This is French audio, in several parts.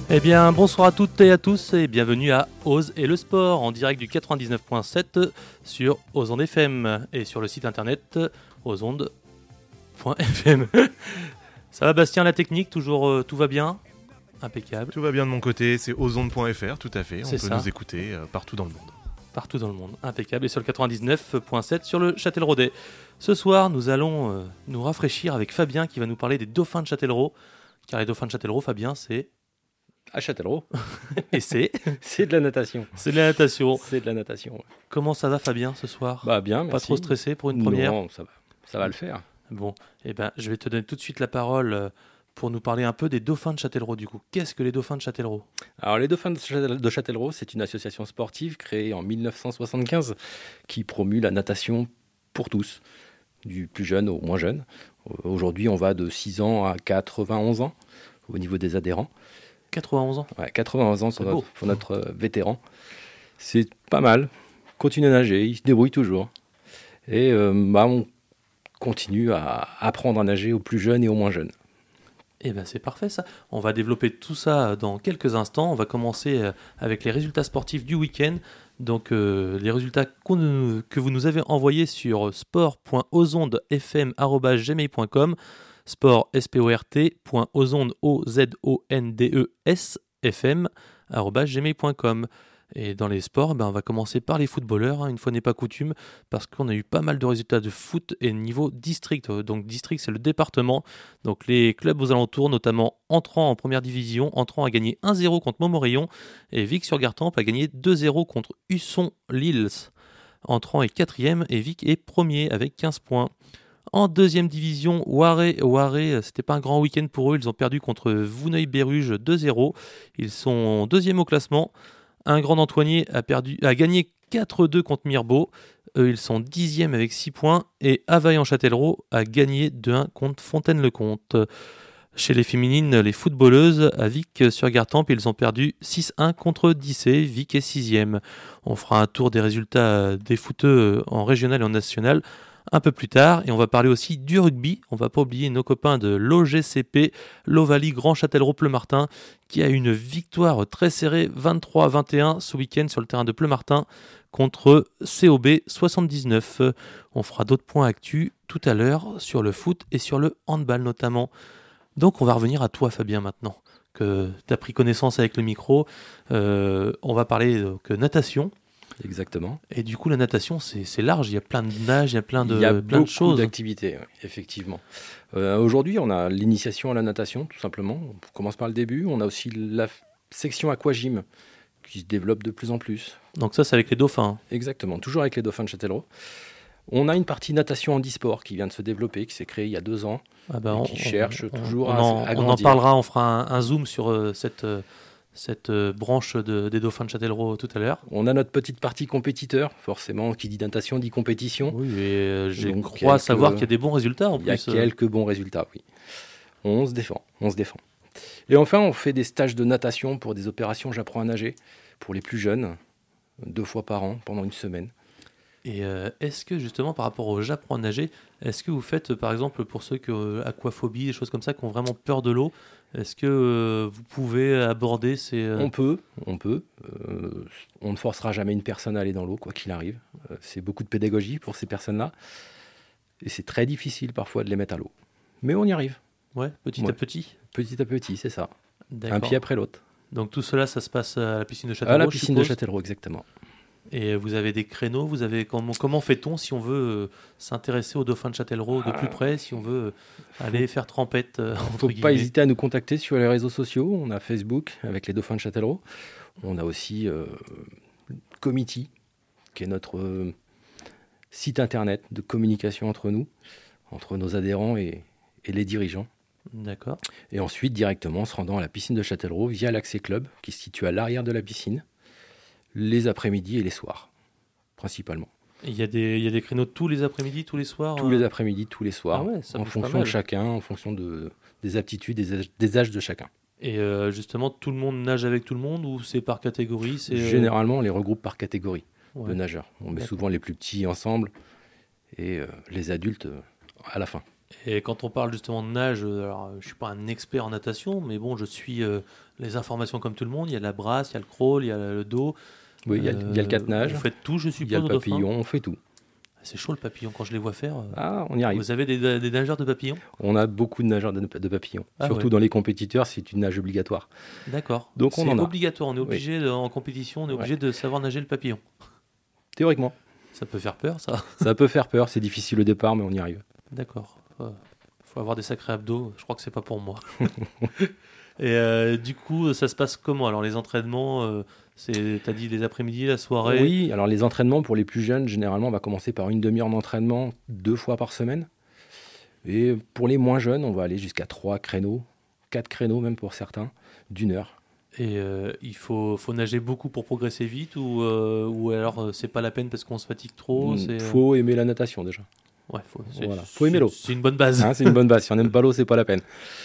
Eh bien, bonsoir à toutes et à tous et bienvenue à Ose et le sport en direct du 99.7 sur Ozonde FM et sur le site internet ozonde.fm. Ça va Bastien, la technique, toujours tout va bien? Impeccable. Tout va bien de mon côté, c'est ozonde.fr, tout à fait. On peut nous écouter partout dans le monde. Partout dans le monde, impeccable. Et sur le 99.7 sur le Châtelleraudais. Ce soir, nous allons nous rafraîchir avec Fabien qui va nous parler des dauphins de Châtellerault. Car les dauphins de Châtellerault, Fabien, c'est... À Châtellerault. Et c'est de la natation. C'est de la natation. C'est de la natation. Ouais. Comment ça va Fabien ce soir? Bah bien, Pas merci. trop stressé pour une première? Non, ça va le faire. Bon, eh ben, je vais te donner tout de suite la parole pour nous parler un peu des dauphins de Châtellerault du coup. Qu'est-ce que les dauphins de Châtellerault? Alors les dauphins de Châtellerault, c'est une association sportive créée en 1975 qui promue la natation pour tous, du plus jeune au moins jeune. Aujourd'hui, on va de 6 ans à 91 ans au niveau des adhérents. 91 ans. Ouais, 91 ans pour notre vétéran. C'est pas mal. Continue à nager, il se débrouille toujours. Et on continue à apprendre à nager aux plus jeunes et aux moins jeunes. Eh ben c'est parfait ça. On va développer tout ça dans quelques instants. On va commencer avec les résultats sportifs du week-end. Donc les résultats que vous nous avez envoyés sur sport.ozondefm@gmail.com, sport.ozondesfm@gmail.com. Et dans les sports, on va commencer par les footballeurs, une fois n'est pas coutume, parce qu'on a eu pas mal de résultats de foot et niveau district. Donc district, c'est le département. Donc les clubs aux alentours, notamment Entrant en première division, Entrant a gagné 1-0 contre Montmorillon et Vic-sur-Gartempe a gagné 2-0 contre Husson-Lils. Entrant est 4e et Vic est premier avec 15 points. En deuxième division, Waré, c'était pas un grand week-end pour eux, ils ont perdu contre Vouneuil-Béruges 2-0. Ils sont deuxième au classement. Un Grand Antoigné a gagné 4-2 contre Mirbeau. Ils sont 10e avec 6 points. Et Availlant-Châtellerault a gagné 2-1 contre Fontaine-le-Comte. Chez les féminines, les footballeuses, à Vic-sur-Gartempe, ils ont perdu 6-1 contre Dissé. Vic est 6e. On fera un tour des résultats des footeux en régional et en national un peu plus tard, et on va parler aussi du rugby. On va pas oublier nos copains de l'OGCP, l'Ovalie Grand Châtellerault-Pleumartin, qui a eu une victoire très serrée 23-21 ce week-end sur le terrain de Pleumartin contre COB 79. On fera d'autres points actus tout à l'heure sur le foot et sur le handball notamment. Donc on va revenir à toi Fabien maintenant, que tu as pris connaissance avec le micro. On va parler natation. Exactement. Et du coup, la natation, c'est large. Il y a plein de nages, il y a plein de choses. Il y a beaucoup d'activités, effectivement. Aujourd'hui, on a l'initiation à la natation, tout simplement. On commence par le début. On a aussi la section aquagym qui se développe de plus en plus. Donc ça, c'est avec les dauphins. Exactement, toujours avec les dauphins de Châtellerault. On a une partie natation handisport qui vient de se développer, qui s'est créée il y a 2 ans, qui cherche toujours à grandir. On en parlera, on fera un zoom sur cette branche des dauphins de Châtellerault tout à l'heure. On a notre petite partie compétiteur, forcément, qui dit natation, dit compétition. Oui, et je crois savoir qu'il y a des bons résultats en plus. Il y a quelques bons résultats, oui. On se défend. Et enfin, on fait des stages de natation pour des opérations J'apprends à nager, pour les plus jeunes, 2 fois par an, pendant une semaine. Et est-ce que justement par rapport au J'apprends à nager, est-ce que vous faites par exemple pour ceux qui ont aquaphobie, des choses comme ça, qui ont vraiment peur de l'eau, est-ce que vous pouvez aborder ces... On peut. On ne forcera jamais une personne à aller dans l'eau, quoi qu'il arrive. C'est beaucoup de pédagogie pour ces personnes-là. Et c'est très difficile parfois de les mettre à l'eau. Mais on y arrive. Ouais, petit à petit. Petit à petit, c'est ça. D'accord. Un pied après l'autre. Donc tout cela, ça se passe à la piscine de Châtellerault. À la piscine de Châtellerault, exactement. Et vous avez des créneaux, comment fait-on si on veut s'intéresser aux dauphins de Châtellerault de plus près, si on veut aller faire trempette Il ne faut pas hésiter à nous contacter sur les réseaux sociaux. On a Facebook avec les dauphins de Châtellerault. On a aussi Comity, qui est notre site internet de communication entre nous, entre nos adhérents et les dirigeants. D'accord. Et ensuite, directement, en se rendant à la piscine de Châtellerault via l'accès club, qui se situe à l'arrière de la piscine, les après-midi et les soirs, principalement. Il y a des créneaux tous les après-midi, tous les soirs Tous les après-midi, tous les soirs, en fonction de chacun, en fonction des aptitudes, des âges de chacun. Et justement, tout le monde nage avec tout le monde ou c'est par catégorie? Généralement, on les regroupe par catégorie de nageurs. On met souvent les plus petits ensemble et les adultes à la fin. Et quand on parle justement de nage, alors, je ne suis pas un expert en natation, mais bon, je suis les informations comme tout le monde. Il y a la brasse, il y a le crawl, il y a le dos. Oui, il y a le catenage. Vous faites tout, je suppose. Il y a le papillon, on fait tout. C'est chaud le papillon quand je les vois faire. On y arrive. Vous avez des nageurs de papillon ? On a beaucoup de nageurs de papillon. Surtout dans les compétiteurs, c'est une nage obligatoire. D'accord. Donc c'est obligatoire. On est obligé, en compétition, on est obligé de savoir nager le papillon. Théoriquement. Ça peut faire peur, ça ? Ça peut faire peur. C'est difficile au départ, mais on y arrive. D'accord. Faut avoir des sacrés abdos. Je crois que c'est pas pour moi. Et du coup, ça se passe comment ? Alors les entraînements, t'as dit les après-midi, la soirée ? Oui, alors les entraînements pour les plus jeunes, généralement, on va commencer par une demi-heure d'entraînement 2 fois par semaine. Et pour les moins jeunes, on va aller jusqu'à 3 créneaux, 4 créneaux même pour certains, d'1 heure. Et il faut nager beaucoup pour progresser vite ou alors c'est pas la peine parce qu'on se fatigue trop ? Faut aimer la natation déjà. Ouais, faut aimer l'eau. C'est une bonne base. C'est une bonne base. Si on n'aime pas l'eau, c'est pas la peine.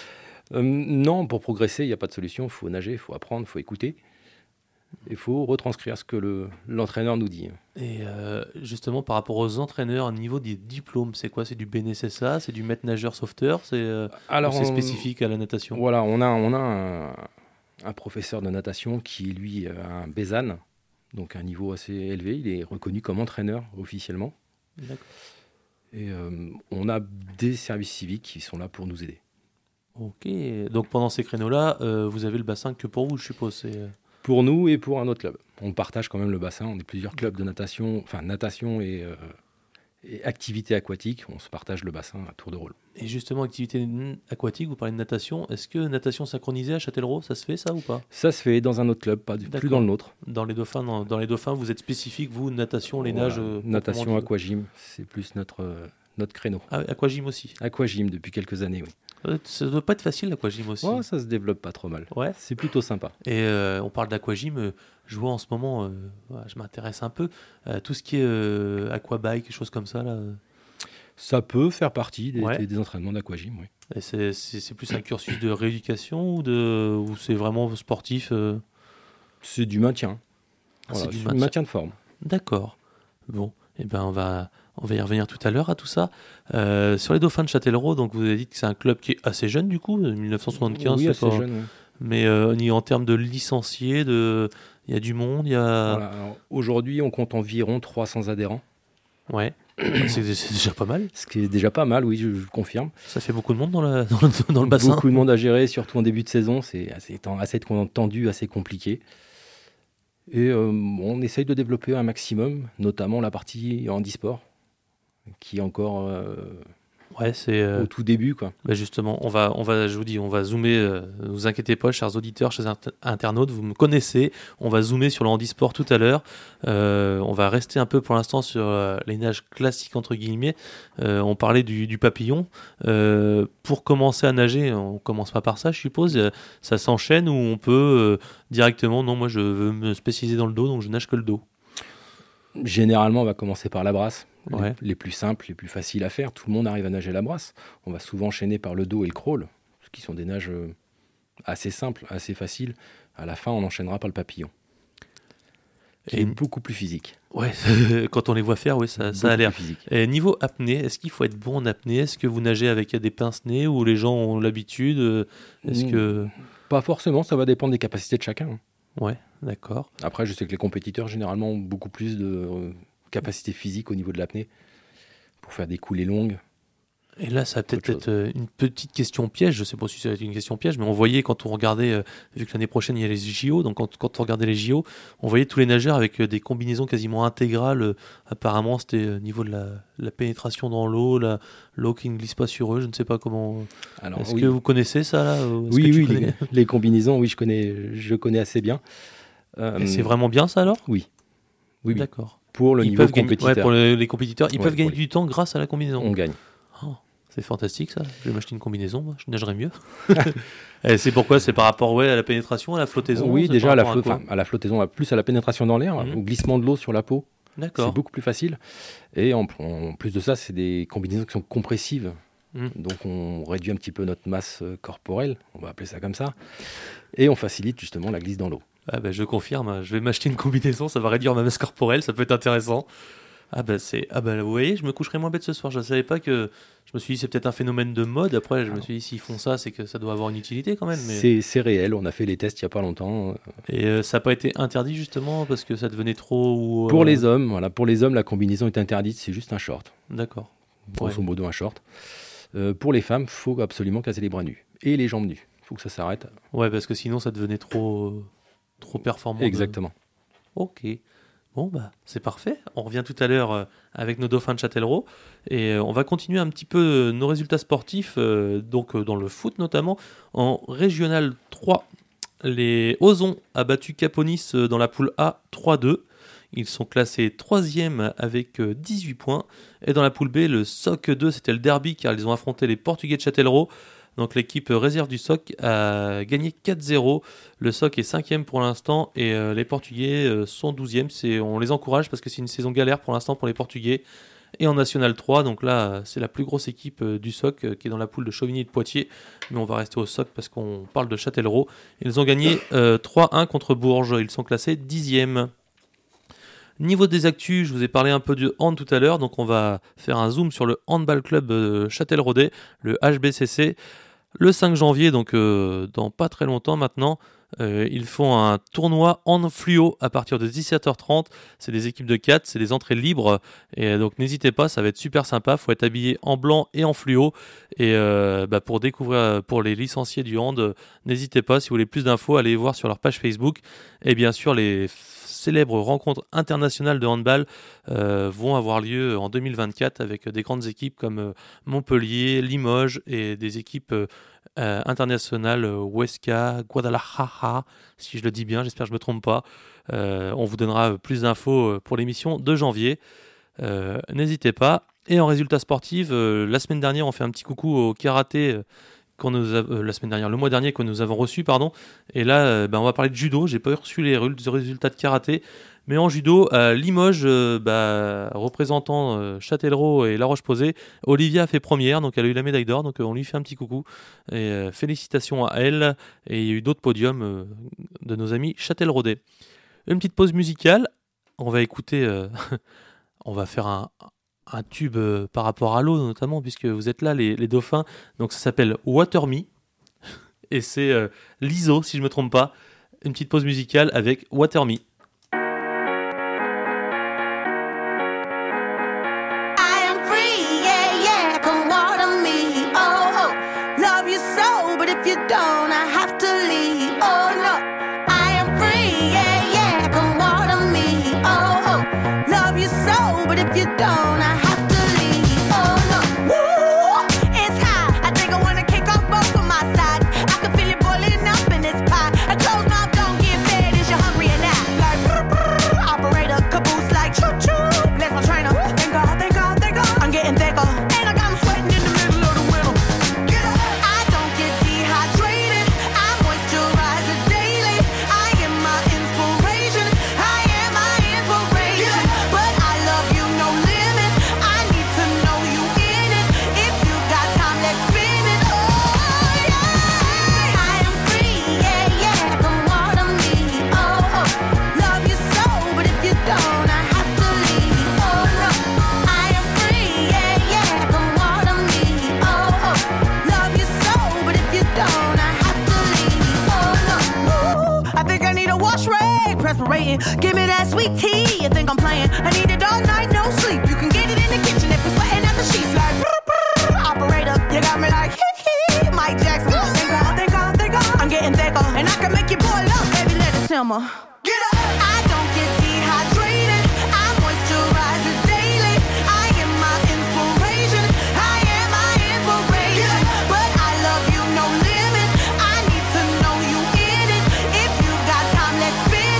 Non, pour progresser, il n'y a pas de solution. Il faut nager, il faut apprendre, il faut écouter. Il faut retranscrire ce que l'entraîneur nous dit. Et justement, par rapport aux entraîneurs, au niveau des diplômes, c'est quoi ? C'est du BNSSA ? C'est du maître nageur sauveteur ? C'est spécifique à la natation ? Voilà, on a un professeur de natation qui, lui, a un BESAN, donc un niveau assez élevé. Il est reconnu comme entraîneur officiellement. D'accord. Et on a des services civiques qui sont là pour nous aider. Ok, donc pendant ces créneaux-là, vous avez le bassin que pour vous, je suppose. Pour nous et pour un autre club. On partage quand même le bassin. On est plusieurs clubs de natation, enfin natation et activités aquatiques. On se partage le bassin à tour de rôle. Et justement, activité aquatique, vous parlez de natation. Est-ce que natation synchronisée à Châtellerault, ça se fait ça ou pas ? Ça se fait dans un autre club, plus dans le nôtre. Dans les dauphins, vous êtes spécifique, vous, natation, les nages. Natation, aquagym, c'est plus notre créneau. Ah, aquagym aussi. Aquagym depuis quelques années, oui. Ça ne doit pas être facile l'aquagym aussi. Oh, ça se développe pas trop mal. Ouais. C'est plutôt sympa. Et on parle d'aquagym. Je vois en ce moment, je m'intéresse un peu tout ce qui est aquabike, choses comme ça là. Ça peut faire partie des entraînements d'aquagym, oui. Et c'est plus un cursus de rééducation ou c'est vraiment sportif C'est du maintien. C'est du maintien de forme. D'accord. Bon, et ben on va y revenir tout à l'heure à tout ça. Sur les Dauphins de Châtellerault, donc vous avez dit que c'est un club qui est assez jeune du coup, 1975. Oui, assez jeune. Oui. Mais en termes de licenciés, il y a du monde. Voilà, aujourd'hui, on compte environ 300 adhérents. Ouais. C'est déjà pas mal. Ce qui est déjà pas mal, oui, je confirme. Ça fait beaucoup de monde dans le bassin. Beaucoup de monde à gérer, surtout en début de saison. C'est assez tendu, assez compliqué. Et on essaye de développer un maximum, notamment la partie handisport, qui est encore au tout début, quoi. Bah justement, je vous dis, on va zoomer. Ne vous inquiétez pas, chers auditeurs, chers internautes, vous me connaissez. On va zoomer sur le handisport tout à l'heure. On va rester un peu pour l'instant sur les nages classiques entre guillemets. On parlait du papillon. Pour commencer à nager, on commence pas par ça, je suppose. Ça s'enchaîne ou on peut directement. Non, moi je veux me spécialiser dans le dos, donc je nage que le dos. Généralement, on va commencer par la brasse. Ouais. Les plus simples, les plus faciles à faire. Tout le monde arrive à nager la brasse. On va souvent enchaîner par le dos et le crawl, qui sont des nages assez simples, assez faciles. À la fin, on enchaînera par le papillon, qui est beaucoup plus physique. Ouais, quand on les voit faire, oui, ça a l'air. Et niveau apnée, est-ce qu'il faut être bon en apnée ? Est-ce que vous nagez avec des pince-nez ou les gens ont l'habitude ? Pas forcément, ça va dépendre des capacités de chacun. Ouais, d'accord. Après, je sais que les compétiteurs, généralement, ont beaucoup plus de capacité physique au niveau de l'apnée pour faire des coulées longues. Et là, ça va peut-être être une petite question piège. Je ne sais pas si ça va être une question piège, mais on voyait quand on regardait, vu que l'année prochaine il y a les JO, donc quand on regardait les JO, on voyait tous les nageurs avec des combinaisons quasiment intégrales. Apparemment, c'était au niveau de la pénétration dans l'eau, l'eau qui ne glisse pas sur eux. Je ne sais pas comment. Alors, Est-ce que vous connaissez ça là ? Oui, les combinaisons, oui, je connais assez bien. Et c'est vraiment bien ça alors ? Oui. D'accord. Pour le niveau compétiteur. Pour les compétiteurs, ils peuvent gagner du temps grâce à la combinaison. On gagne. Oh, c'est fantastique ça. Je vais m'acheter une combinaison, moi. Je nagerai mieux. Et c'est pourquoi ? C'est par rapport à la pénétration, à la flottaison ? Oui, déjà à la flottaison, plus à la pénétration dans l'air, au glissement de l'eau sur la peau. D'accord. C'est beaucoup plus facile. Et en plus de ça, c'est des combinaisons qui sont compressives. Donc on réduit un petit peu notre masse corporelle, on va appeler ça comme ça. Et on facilite justement la glisse dans l'eau. Ah ben, je confirme, je vais m'acheter une combinaison, ça va réduire ma masse corporelle, ça peut être intéressant. Vous voyez, je me coucherai moins bête ce soir. Je ne savais pas que. Je me suis dit, c'est peut-être un phénomène de mode. Après, je me suis dit, s'ils font ça, c'est que ça doit avoir une utilité quand même. Mais... C'est réel. On a fait les tests il n'y a pas longtemps. Et ça n'a pas été interdit justement parce que ça devenait trop. Pour les hommes, voilà. Pour les hommes, la combinaison est interdite. C'est juste un short. D'accord. Grosso modo, un short. Pour les femmes, il faut absolument caser les bras nus et les jambes nues. Il faut que ça s'arrête. Ouais, parce que sinon, ça devenait trop performant. Exactement. Ok. Bon, c'est parfait. On revient tout à l'heure avec nos dauphins de Châtellerault et on va continuer un petit peu nos résultats sportifs, donc dans le foot notamment. En Régional 3, les Ozons a battu Caponis dans la poule A 3-2. Ils sont classés 3e avec 18 points. Et dans la poule B, le SOC 2, c'était le derby car ils ont affronté les Portugais de Châtellerault. Donc l'équipe réserve du SOC a gagné 4-0. Le SOC est 5e pour l'instant et les Portugais sont 12e. On les encourage parce que c'est une saison galère pour l'instant pour les Portugais. Et en National 3, donc là c'est la plus grosse équipe du SOC qui est dans la poule de Chauvigny et de Poitiers. Mais on va rester au SOC parce qu'on parle de Châtellerault. Ils ont gagné 3-1 contre Bourges. Ils sont classés 10e. Niveau des actus, je vous ai parlé un peu du hand tout à l'heure, donc on va faire un zoom sur le handball club Châtelleraudais, le HBCC. Le 5 janvier, donc dans pas très longtemps maintenant, ils font un tournoi hand fluo à partir de 17h30. C'est des équipes de 4, c'est des entrées libres. Et donc n'hésitez pas, ça va être super sympa. Il faut être habillé en blanc et en fluo. Et pour découvrir, pour les licenciés du hand, n'hésitez pas, si vous voulez plus d'infos, allez voir sur leur page Facebook. Et bien sûr, les célèbres rencontres internationales de handball vont avoir lieu en 2024 avec des grandes équipes comme Montpellier, Limoges et des équipes internationales Huesca, Guadalajara, si je le dis bien, j'espère que je ne me trompe pas. On vous donnera plus d'infos pour l'émission de janvier. N'hésitez pas. Et en résultats sportifs, la semaine dernière, on fait un petit coucou au karaté le mois dernier que nous avons reçu, et là on va parler de judo. J'ai pas reçu les résultats de karaté, mais en judo à Limoges, représentant Châtellerault et La Roche-Posay, Olivia a fait première, donc elle a eu la médaille d'or, donc on lui fait un petit coucou et félicitations à elle. Et il y a eu d'autres podiums de nos amis châtelleraudais. Une petite pause musicale, on va écouter on va faire un tube par rapport à l'eau notamment, puisque vous êtes là les dauphins. Donc ça s'appelle Water Me et c'est l'ISO si je me trompe pas. Une petite pause musicale avec Water Me. Give me that sweet tea, you think I'm playing? I need it all night, no sleep. You can get it in the kitchen if you're sweating at the sheets. Like, operator, you got me like, hee, Mike Jackson. Thank God, I'm getting thicker. And I can make you boil up, baby, let it simmer. Get up! I don't get dehydrated, I moisturize it daily. I am my inspiration, I am my inspiration. But I love you, no limit, I need to know you in it. If you got time, let's spin it.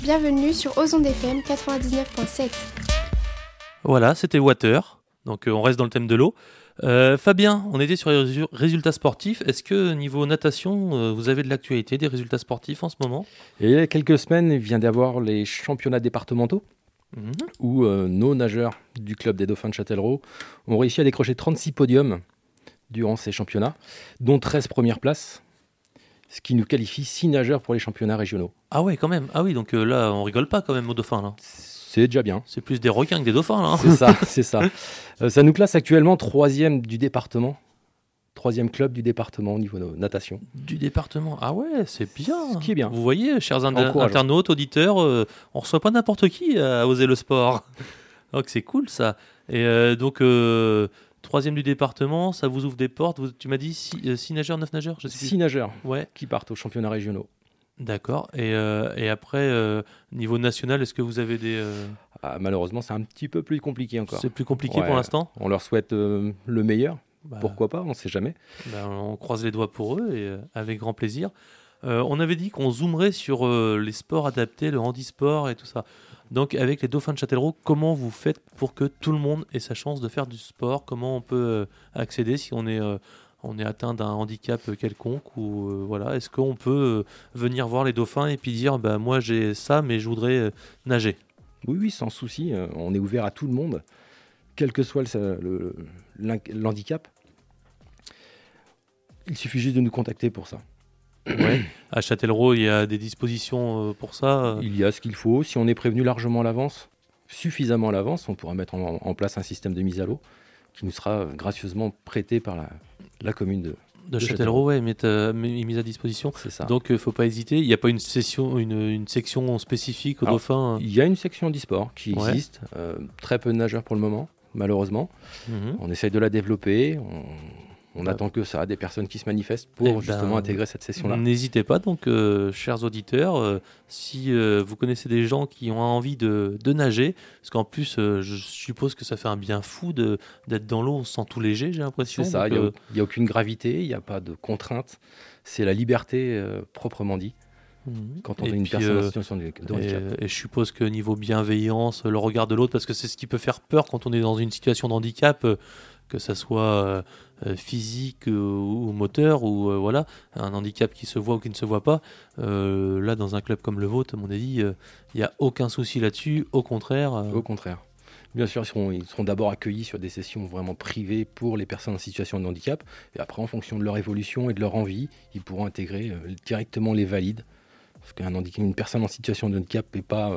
Bienvenue sur Ozonde FM 99.7. Voilà, c'était Water. Donc on reste dans le thème de l'eau. Fabien, on était sur les résultats sportifs. Est-ce que niveau natation, vous avez de l'actualité, des résultats sportifs en ce moment ? Et il y a quelques semaines, il vient d'avoir les championnats départementaux où nos nageurs du club des Dauphins de Châtellerault ont réussi à décrocher 36 podiums durant ces championnats, dont 13 premières places, ce qui nous qualifie 6 nageurs pour les championnats régionaux. Ah ouais, quand même. Ah oui, donc là, on rigole pas quand même aux dauphins, là. C'est déjà bien. C'est plus des requins que des dauphins, là. C'est ça. Ça nous classe actuellement 3e du département. 3e club du département au niveau de natation. Du département. Ah ouais, c'est bien. Ce qui est bien. Vous voyez, chers internautes, auditeurs, on reçoit pas n'importe qui à oser le sport. Donc c'est cool, ça. Et donc... 3e du département, ça vous ouvre des portes. Tu m'as dit 6 nageurs, 9 nageurs, je sais plus. 6 nageurs ouais. Qui partent aux championnats régionaux. D'accord. Et après, niveau national, est-ce que vous avez des... Malheureusement, c'est un petit peu plus compliqué encore. C'est plus compliqué pour l'instant ? On leur souhaite le meilleur. Pourquoi pas ? On ne sait jamais. On croise les doigts pour eux et avec grand plaisir. On avait dit qu'on zoomerait sur les sports adaptés, le handisport et tout ça. Donc avec les Dauphins de Châtellerault, comment vous faites pour que tout le monde ait sa chance de faire du sport ? Comment on peut accéder si on est atteint d'un handicap quelconque ou voilà, est-ce qu'on peut venir voir les dauphins et puis dire moi j'ai ça mais je voudrais nager ? Oui, sans souci. On est ouvert à tout le monde, quel que soit l'handicap. Il suffit juste de nous contacter pour ça. Ouais. À Châtellerault, il y a des dispositions pour ça. Il y a ce qu'il faut. Si on est prévenu largement à l'avance, suffisamment à l'avance, on pourra mettre en place un système de mise à l'eau qui nous sera gracieusement prêté par la commune de Châtellerault. Ouais, mise à disposition. C'est ça. Donc, il ne faut pas hésiter. Il n'y a pas une section spécifique aux dauphins. Il y a une section d'e-sport qui existe. Très peu de nageurs pour le moment, malheureusement. On essaye de la développer. On attend que ça, des personnes qui se manifestent pour justement intégrer cette session-là. N'hésitez pas, donc, chers auditeurs, si vous connaissez des gens qui ont envie de nager, parce qu'en plus, je suppose que ça fait un bien fou d'être dans l'eau, on se sent tout léger, j'ai l'impression. C'est ça, il n'y a aucune gravité, il n'y a pas de contrainte, c'est la liberté proprement dit. Quand on est une personne en situation de handicap. Et je suppose que niveau bienveillance, le regard de l'autre, parce que c'est ce qui peut faire peur quand on est dans une situation de handicap, que ça soit physique ou moteur, ou voilà, un handicap qui se voit ou qui ne se voit pas. Là, dans un club comme le vôtre, à mon avis, il n'y a aucun souci là-dessus, au contraire. Au contraire. Bien sûr, ils seront d'abord accueillis sur des sessions vraiment privées pour les personnes en situation de handicap, et après, en fonction de leur évolution et de leur envie, ils pourront intégrer directement les valides. Parce qu'une personne en situation de handicap n'est pas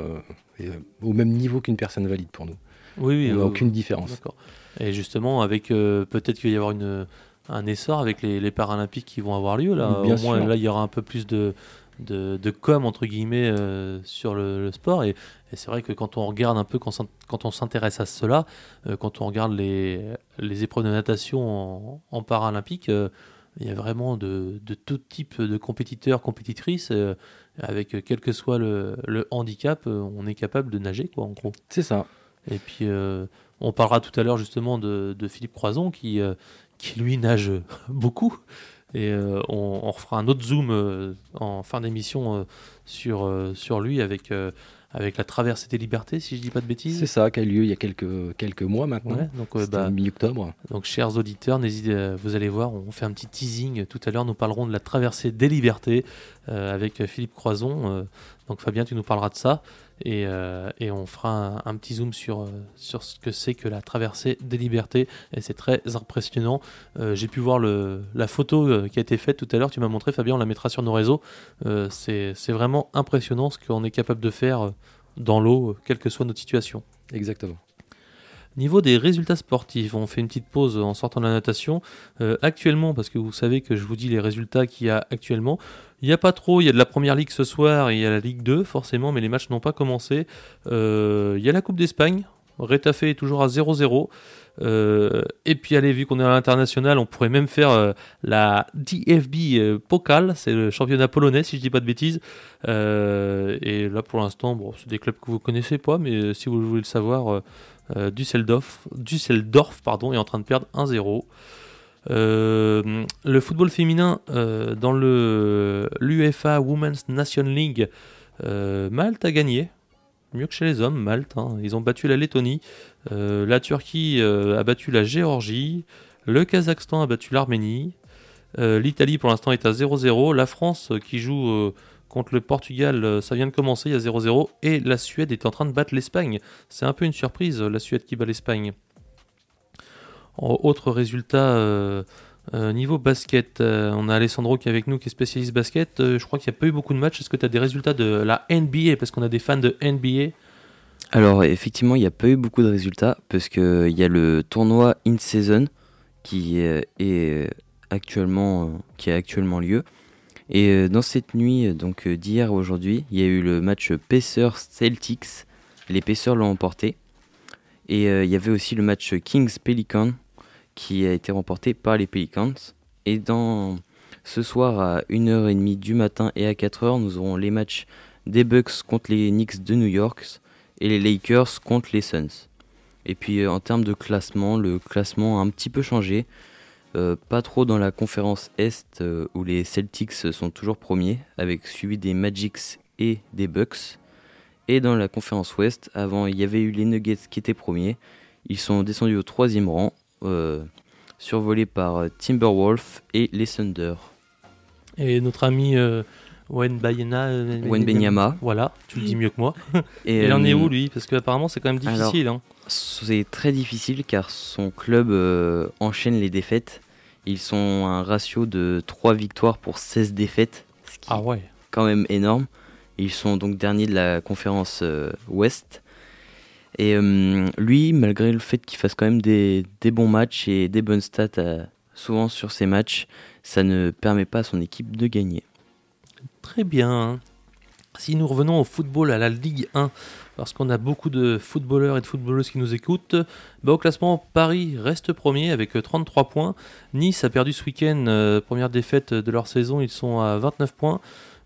au même niveau qu'une personne valide pour nous. Oui, il n'y a aucune différence. D'accord. Et justement, avec peut-être qu'il va y avoir un essor avec les Paralympiques qui vont avoir lieu. Là. Bien au moins, sûr. Là, il y aura un peu plus de com, entre guillemets, sur le sport. Et c'est vrai que quand on regarde un peu, quand on s'intéresse à cela, quand on regarde les épreuves de natation en paralympique, il y a vraiment de tout type de compétiteurs, compétitrices. Avec quel que soit le handicap, on est capable de nager, quoi, en gros. C'est ça. Et puis, on parlera tout à l'heure justement de Philippe Croison qui lui nage beaucoup. Et on refera un autre zoom en fin d'émission sur lui avec la traversée des libertés, si je ne dis pas de bêtises. C'est ça, qui a eu lieu il y a quelques mois maintenant. Ouais, donc, c'était mi-octobre. Donc, chers auditeurs, n'hésitez, vous allez voir, on fait un petit teasing. Tout à l'heure, nous parlerons de la traversée des libertés avec Philippe Croison. Donc, Fabien, tu nous parleras de ça. Et on fera un petit zoom sur ce que c'est que la traversée des libertés. Et c'est très impressionnant. J'ai pu voir la photo qui a été faite tout à l'heure. Tu m'as montré, Fabien, on la mettra sur nos réseaux. C'est vraiment impressionnant ce qu'on est capable de faire dans l'eau, quelle que soit notre situation. Exactement. Niveau des résultats sportifs, on fait une petite pause en sortant de la natation. Actuellement, parce que vous savez que je vous dis les résultats qu'il y a actuellement, il n'y a pas trop, il y a de la Première Ligue ce soir et il y a la Ligue 2 forcément, mais les matchs n'ont pas commencé. Il y a la Coupe d'Espagne, Retafe est toujours à 0-0. Et puis allez, vu qu'on est à l'international, on pourrait même faire la DFB Pokal, c'est le championnat polonais si je dis pas de bêtises. Et là pour l'instant, c'est des clubs que vous connaissez pas, mais si vous voulez le savoir, Düsseldorf est en train de perdre 1-0. Le football féminin dans l'UEFA Women's Nation League, Malte a gagné. Mieux que chez les hommes, Malte. Ils ont battu la Lettonie. La Turquie a battu la Géorgie. Le Kazakhstan a battu l'Arménie. L'Italie, pour l'instant, est à 0-0. La France, qui joue contre le Portugal, ça vient de commencer, il y a 0-0. Et la Suède est en train de battre l'Espagne. C'est un peu une surprise, la Suède qui bat l'Espagne. Autre résultat, niveau basket, on a Alessandro qui est avec nous, qui est spécialiste basket. Je crois qu'il n'y a pas eu beaucoup de matchs. Est-ce que tu as des résultats de la NBA, parce qu'on a des fans de NBA? Alors effectivement, il n'y a pas eu beaucoup de résultats, parce qu'il y a le tournoi in-season qui a actuellement lieu. Et dans cette nuit, donc d'hier à aujourd'hui, il y a eu le match Pacers-Celtics. Les Pacers l'ont emporté. Et il y avait aussi le match Kings-Pelicans qui a été remporté par les Pelicans. Et ce soir à 1h30 du matin et à 4h, nous aurons les matchs des Bucks contre les Knicks de New York et les Lakers contre les Suns. Et puis en termes de classement, le classement a un petit peu changé. Pas trop dans la conférence Est où les Celtics sont toujours premiers, avec suivi des Magics et des Bucks. Et dans la conférence Ouest, avant il y avait eu les Nuggets qui étaient premiers. Ils sont descendus au 3e rang, survolés par Timberwolves et les Thunder. Et notre ami Wembanyama. Voilà, tu le dis mieux que moi. Et il en est où lui? Parce qu'apparemment c'est quand même difficile. Alors, c'est très difficile car son club enchaîne les défaites. Ils sont à un ratio de 3 victoires pour 16 défaites, ce qui est quand même énorme. Ils sont donc derniers de la conférence Ouest. Et lui, malgré le fait qu'il fasse quand même des bons matchs et des bonnes stats souvent sur ses matchs, ça ne permet pas à son équipe de gagner. Très bien. Si nous revenons au football, à la Ligue 1, parce qu'on a beaucoup de footballeurs et de footballeuses qui nous écoutent, au classement, Paris reste premier avec 33 points. Nice a perdu ce week-end, première défaite de leur saison, ils sont à 29 points.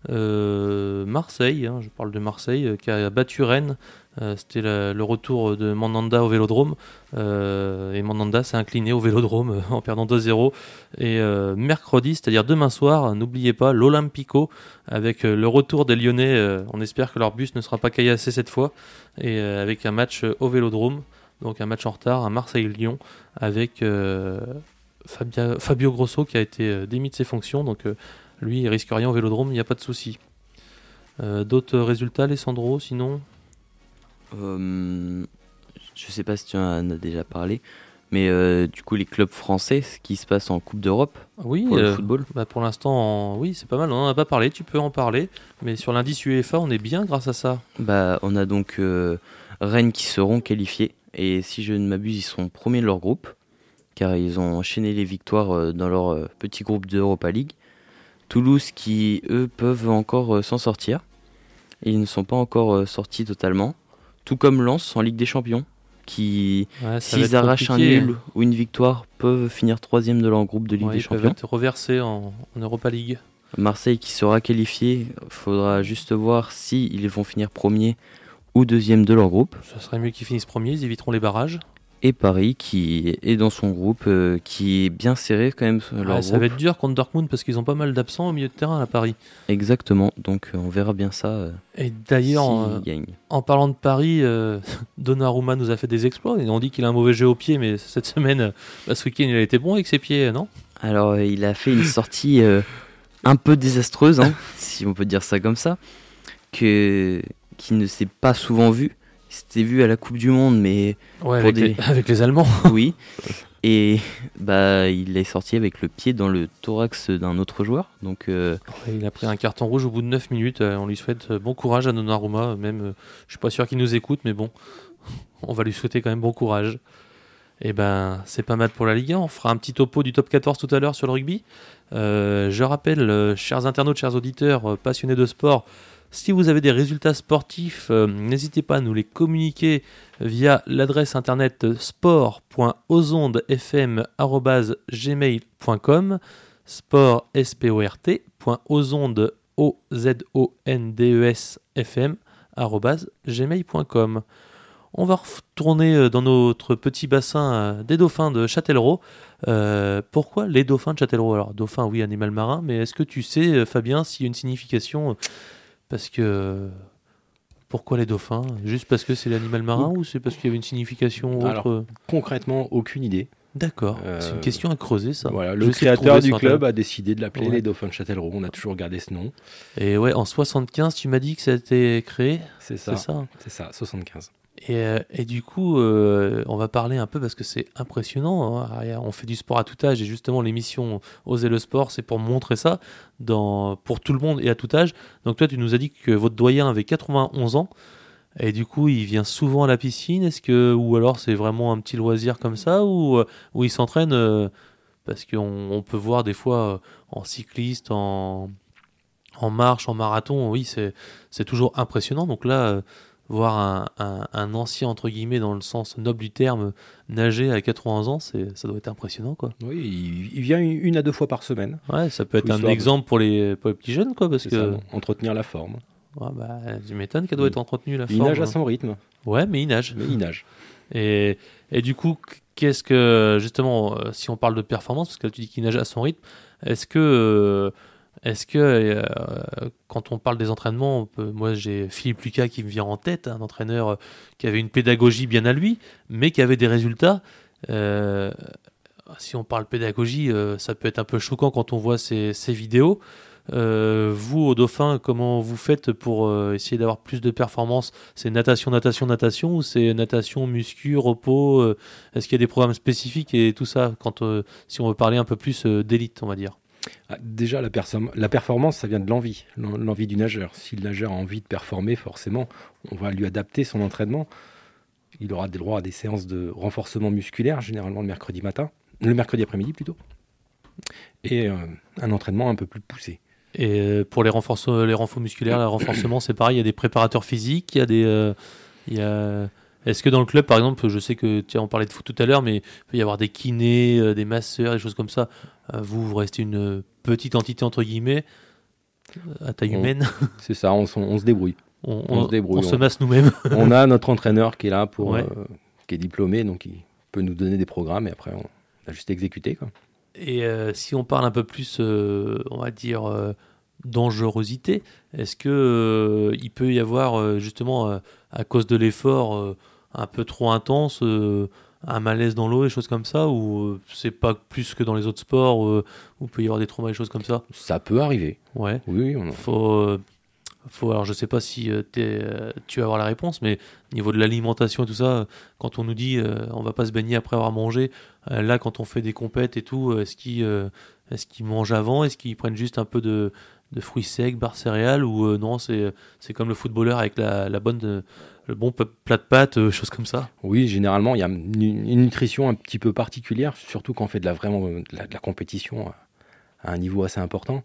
Marseille, je parle de Marseille, qui a battu Rennes. C'était le retour de Mandanda au Vélodrome, et Mandanda s'est incliné au Vélodrome en perdant 2-0. Et mercredi, c'est-à-dire demain soir, n'oubliez pas l'Olympico avec le retour des Lyonnais. On espère que leur bus ne sera pas caillassé cette fois, et avec un match au Vélodrome, donc un match en retard, un Marseille-Lyon avec Fabio Grosso qui a été démis de ses fonctions, donc lui il risque rien au Vélodrome, il n'y a pas de souci. D'autres résultats, Alessandro, sinon? Je sais pas si tu en as déjà parlé, mais du coup les clubs français, ce qui se passe en Coupe d'Europe pour le football. Pour l'instant, oui, c'est pas mal, on n'en a pas parlé, tu peux en parler, mais sur l'indice UEFA on est bien grâce à ça. On a donc Rennes qui seront qualifiés, et si je ne m'abuse ils seront premiers de leur groupe, car ils ont enchaîné les victoires dans leur petit groupe d'Europa League. Toulouse qui eux peuvent encore s'en sortir, ils ne sont pas encore sortis totalement. Tout comme Lens en Ligue des Champions, qui, s'ils arrachent un nul ou une victoire, peuvent finir 3e de leur groupe de Ligue des Champions. Ils peuvent être reversés en Europa League. Marseille qui sera qualifié, il faudra juste voir s'ils vont finir premier ou 2e de leur groupe. Ça serait mieux qu'ils finissent premiers, ils éviteront les barrages. Et Paris qui est dans son groupe, qui est bien serré quand même. Ça va être dur contre Dortmund parce qu'ils ont pas mal d'absents au milieu de terrain à Paris. Exactement, donc on verra bien ça. Et d'ailleurs, en parlant de Paris, Donnarumma nous a fait des exploits. On dit qu'il a un mauvais jeu au pied, mais cette semaine, ce week-end, il a été bon avec ses pieds, non? Alors, il a fait une sortie un peu désastreuse, si on peut dire ça comme ça, qui ne s'est pas souvent vue. C'était vu à la Coupe du Monde, mais avec les Allemands. Oui. Et il est sorti avec le pied dans le thorax d'un autre joueur. Donc il a pris un carton rouge au bout de 9 minutes. On lui souhaite bon courage à Donnarumma. Même, je suis pas sûr qu'il nous écoute, mais bon, on va lui souhaiter quand même bon courage. Et c'est pas mal pour la Ligue 1. On fera un petit topo du top 14 tout à l'heure sur le rugby. Je rappelle, chers internautes, chers auditeurs, passionnés de sport, si vous avez des résultats sportifs, n'hésitez pas à nous les communiquer via l'adresse internet sport.ozondefm@gmail.com, sport sport.ozondefm@gmail.com. On va retourner dans notre petit bassin des dauphins de Châtellerault. Pourquoi les dauphins de Châtellerault? Alors, dauphin, oui, animal marin, mais est-ce que tu sais, Fabien, s'il y a une signification Parce que... Pourquoi les dauphins? Juste parce que c'est l'animal marin ou c'est parce qu'il y avait une signification autre? Alors, concrètement, aucune idée. D'accord, c'est une question à creuser ça. Voilà, le créateur du club a décidé de l'appeler les Dauphins de Châtellerault. On a toujours gardé ce nom. Et ouais, en 75, tu m'as dit que ça a été créé. C'est ça, 75. Et du coup, on va parler un peu parce que c'est impressionnant. Hein. On fait du sport à tout âge et justement l'émission Oser le sport, c'est pour montrer ça pour tout le monde et à tout âge. Donc toi, tu nous as dit que votre doyen avait 91 ans et du coup, il vient souvent à la piscine. Ou alors c'est vraiment un petit loisir comme ça ou il s'entraîne parce qu'on peut voir des fois en cycliste, en marche, en marathon. Oui, c'est toujours impressionnant. Donc là. Voir un ancien, entre guillemets, dans le sens noble du terme, nager à 80 ans, ça doit être impressionnant, quoi. Oui, il vient 1 à 2 fois par semaine. Ouais, ça peut être un exemple pour les petits jeunes, quoi, parce que... Ça, entretenir la forme. Ouais, bah, tu m'étonnes qu'elle doit être entretenue, la forme. Il nage à son rythme. Ouais, mais il nage. Et du coup, qu'est-ce que, justement, si on parle de performance, parce que tu dis qu'il nage à son rythme, est-ce que quand on parle des entraînements, moi j'ai Philippe Lucas qui me vient en tête, un entraîneur qui avait une pédagogie bien à lui, mais qui avait des résultats. Si on parle pédagogie, ça peut être un peu choquant quand on voit ces vidéos. Vous, au Dauphin, comment vous faites pour essayer d'avoir plus de performance? C'est natation ou c'est natation, muscu, repos? Est-ce qu'il y a des programmes spécifiques et tout ça si on veut parler un peu plus d'élite, on va dire? Déjà, la performance, ça vient de l'envie du nageur. Si le nageur a envie de performer, forcément, on va lui adapter son entraînement. Il aura des droits à des séances de renforcement musculaire, généralement le mercredi après-midi plutôt, et un entraînement un peu plus poussé. Et pour les renforts musculaires, le renforcement, c'est pareil, il y a des préparateurs physiques, il y a Est-ce que dans le club, par exemple, je sais que on parlait de foot tout à l'heure, mais il peut y avoir des kinés, des masseurs, des choses comme ça. Vous restez une petite entité, entre guillemets, à taille humaine. C'est ça, on se débrouille. On se masse nous-mêmes. On a notre entraîneur qui est là, qui est diplômé, donc il peut nous donner des programmes et après on a juste exécuté, quoi. Et si on parle un peu plus, on va dire, dangerosité, est-ce que il peut y avoir, justement, à cause de l'effort un peu trop intense, un malaise dans l'eau, des choses comme ça, ou c'est pas plus que dans les autres sports où il peut y avoir des traumas, des choses comme ça? Ça peut arriver. Ouais. Oui. Alors je sais pas si tu vas avoir la réponse, mais au niveau de l'alimentation et tout ça, quand on nous dit on va pas se baigner après avoir mangé, là quand on fait des compètes et tout, est-ce qu'ils mangent avant? Est-ce qu'ils prennent juste un peu de fruits secs, barres céréales, ou non, c'est comme le footballeur avec le bon plat de pâtes, choses comme ça? Oui, généralement il y a une nutrition un petit peu particulière, surtout quand on fait de la compétition à un niveau assez important.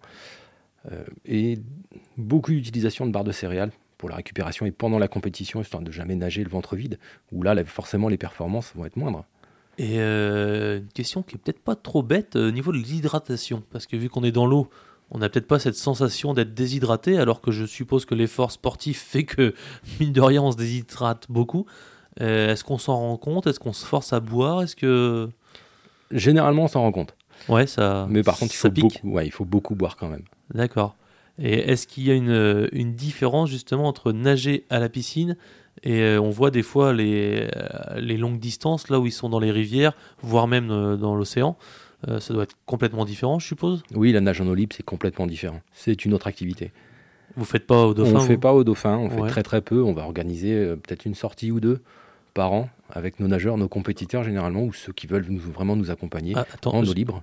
Et beaucoup d'utilisation de barres de céréales pour la récupération et pendant la compétition, histoire de jamais nager le ventre vide, où là, forcément, les performances vont être moindres. Et une question qui est peut-être pas trop bête, au niveau de l'hydratation, parce que vu qu'on est dans l'eau, on n'a peut-être pas cette sensation d'être déshydraté, alors que je suppose que l'effort sportif fait que, mine de rien, on se déshydrate beaucoup. Est-ce qu'on s'en rend compte? Est-ce qu'on se force à boire? Généralement, on s'en rend compte. Ouais, ça. Mais par contre, il faut beaucoup boire quand même. D'accord. Et est-ce qu'il y a une différence justement entre nager à la piscine et on voit des fois les longues distances, là où ils sont dans les rivières, voire même dans l'océan, ça doit être complètement différent, je suppose? Oui, la nage en eau libre, c'est complètement différent. C'est une autre activité. Vous faites pas au Dauphin? On ne fait pas au Dauphin, on fait très très peu. On va organiser peut-être une sortie ou deux par an avec nos nageurs, nos compétiteurs généralement, ou ceux qui veulent vraiment nous accompagner en eau libre.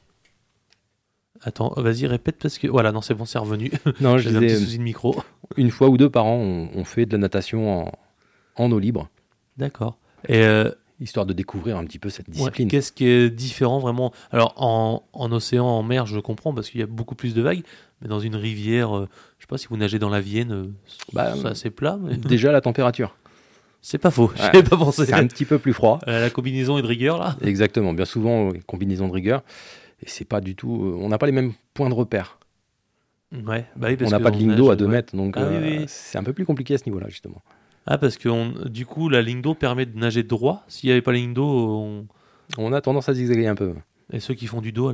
Attends, vas-y, répète, parce que... Voilà, non, c'est bon, c'est revenu. Non, je disais, un petit souci de micro. Une fois ou deux par an, on fait de la natation en eau libre. D'accord. Et histoire de découvrir un petit peu cette discipline. Qu'est-ce qui est différent vraiment? Alors, en océan, en mer, je comprends, parce qu'il y a beaucoup plus de vagues, mais dans une rivière, je sais pas si vous nagez dans la Vienne, c'est assez plat. Mais... Déjà, la température. C'est pas faux, j'y avais pas pensé. C'est un petit peu plus froid. La combinaison est de rigueur, là? Exactement, bien souvent, combinaison de rigueur. Et c'est pas du tout. On n'a pas les mêmes points de repère. Ouais, bah oui, parce on n'a pas de ligne d'eau à 2 mètres, donc c'est un peu plus compliqué à ce niveau-là, justement. Ah, parce que du coup, la ligne d'eau permet de nager droit. S'il n'y avait pas la ligne d'eau, on a tendance à zigzaguer un peu. Et ceux qui font du dos, alors?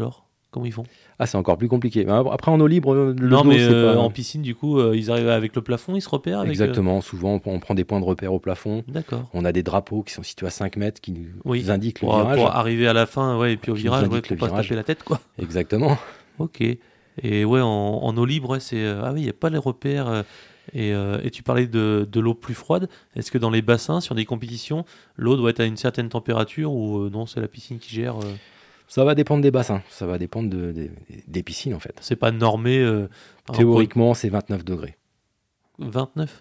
Comment ils font? Ah, c'est encore plus compliqué. Après, en eau libre, le non, dos, mais c'est pas... en piscine, du coup, ils arrivent avec le plafond, ils se repèrent avec, Exactement. Souvent, on prend des points de repère au plafond. D'accord. On a des drapeaux qui sont situés à 5 mètres qui nous indiquent le pour virage. Pour arriver à la fin, ouais, et puis au virage, pour pas se taper la tête, quoi. Exactement. Ok. Et ouais, en eau libre, c'est... ah oui, il n'y a pas les repères. Et tu parlais de l'eau plus froide. Est-ce que dans les bassins, sur des compétitions, l'eau doit être à une certaine température ou non, c'est la piscine qui gère Ça va dépendre des bassins, ça va dépendre des piscines en fait. C'est pas normé Théoriquement, c'est 29 degrés. 29 ?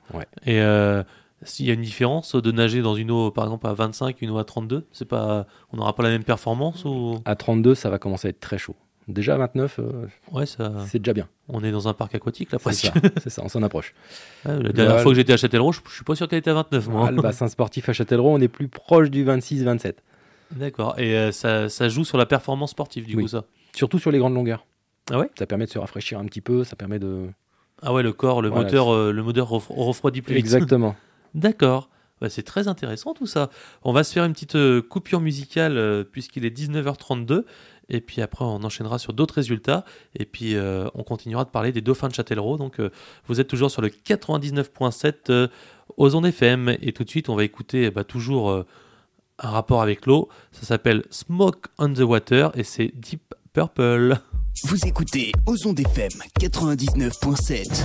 Ouais. Et s'il y a une différence de nager dans une eau, par exemple, à 25, une eau à 32, on n'aura pas la même performance ou... À 32, ça va commencer à être très chaud. Déjà à 29, c'est déjà bien. On est dans un parc aquatique, là, presque. C'est ça, on s'en approche. La dernière fois que j'étais à Châtellerault, je suis pas sûr qu'elle était à 29, moi. Le bassin sportif à Châtellerault, on est plus proche du 26-27. D'accord. Et ça joue sur la performance sportive, du coup, ça. Surtout sur les grandes longueurs. Ah ouais ? Ça permet de se rafraîchir un petit peu, ça permet de... Ah ouais, le corps, le moteur refroidit plus vite. Exactement. D'accord. Bah, c'est très intéressant tout ça. On va se faire une petite coupure musicale puisqu'il est 19h32. Et puis après, on enchaînera sur d'autres résultats. Et puis, on continuera de parler des Dauphins de Châtellerault. Donc, vous êtes toujours sur le 99.7 aux ondes FM. Et tout de suite, on va écouter toujours un rapport avec l'eau. Ça s'appelle Smoke on the Water et c'est Deep Purple. Vous écoutez aux ondes FM 99.7.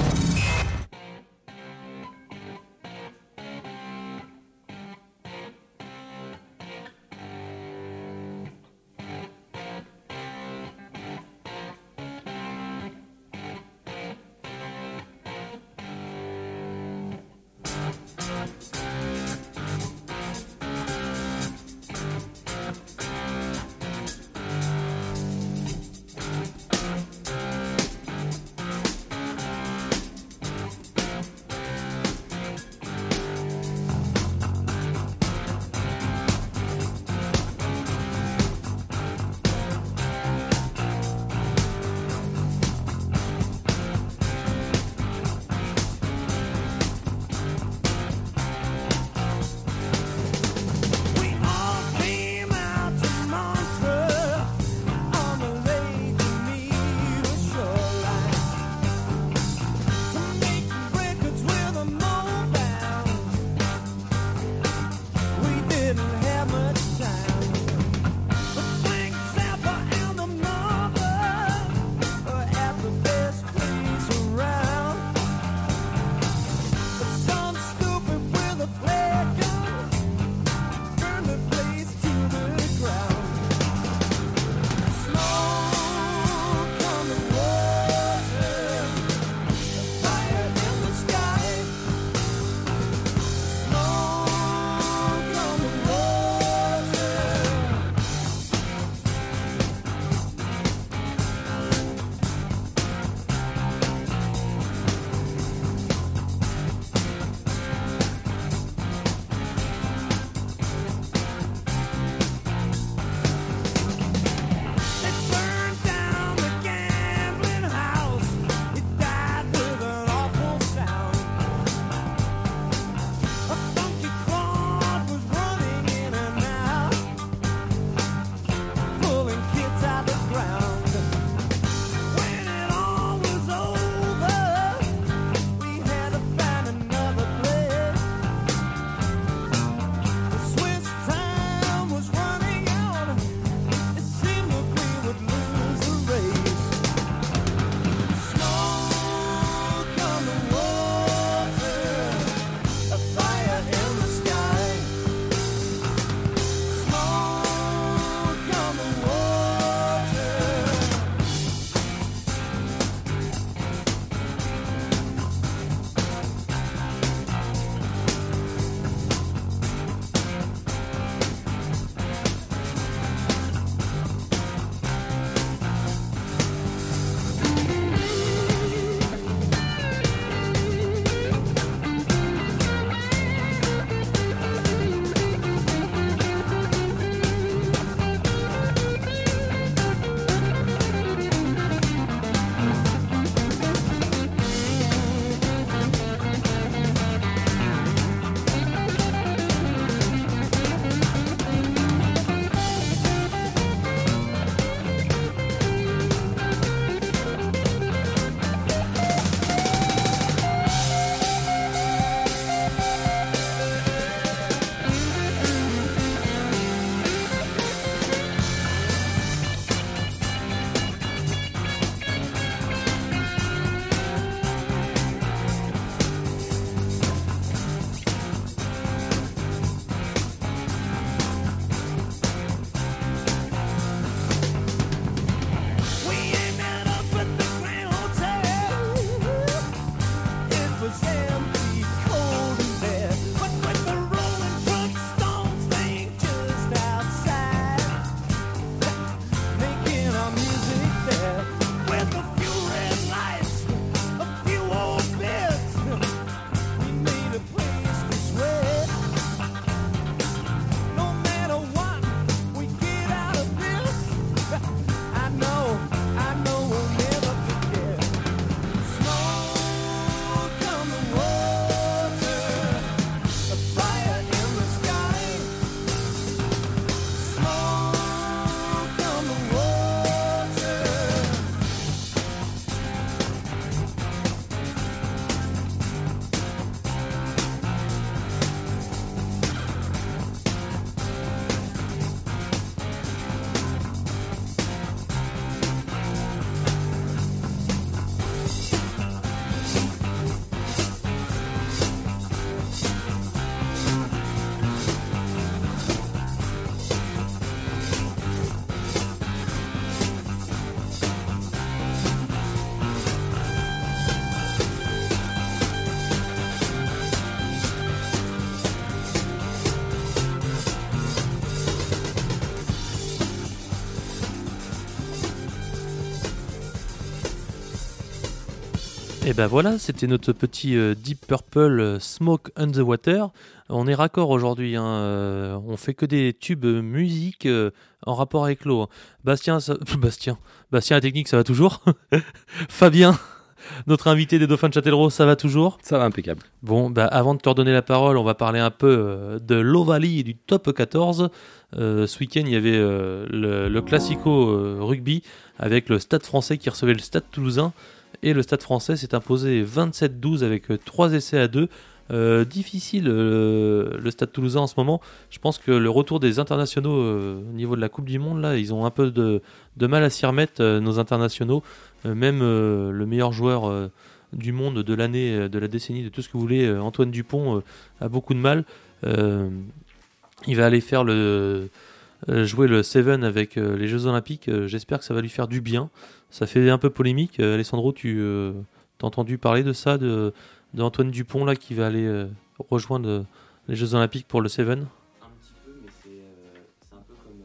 Et ben voilà, c'était notre petit Deep Purple Smoke on the Water. On est raccord aujourd'hui, hein, on fait que des tubes musique en rapport avec l'eau. Bastien, la technique, ça va toujours. Fabien, notre invité des Dauphins de Châtellerault, ça va toujours. Ça va impeccable. Bon, avant de te redonner la parole, on va parler un peu de l'Ovalie et du top 14. Ce week-end, il y avait le Classico rugby avec le Stade français qui recevait le Stade toulousain. Et le Stade français s'est imposé 27-12 avec 3 essais à 2. Difficile le Stade toulousain en ce moment. Je pense que le retour des internationaux au niveau de la Coupe du Monde, là, ils ont un peu de mal à s'y remettre, nos internationaux. Même le meilleur joueur du monde, de l'année, de la décennie, de tout ce que vous voulez, Antoine Dupont, a beaucoup de mal. Il va aller faire jouer le Seven avec les Jeux Olympiques. J'espère que ça va lui faire du bien. Ça fait un peu polémique. Alessandro, tu as entendu parler de ça, de Antoine Dupont là, qui va aller rejoindre les Jeux Olympiques pour le Seven? Un petit peu, mais c'est un peu comme...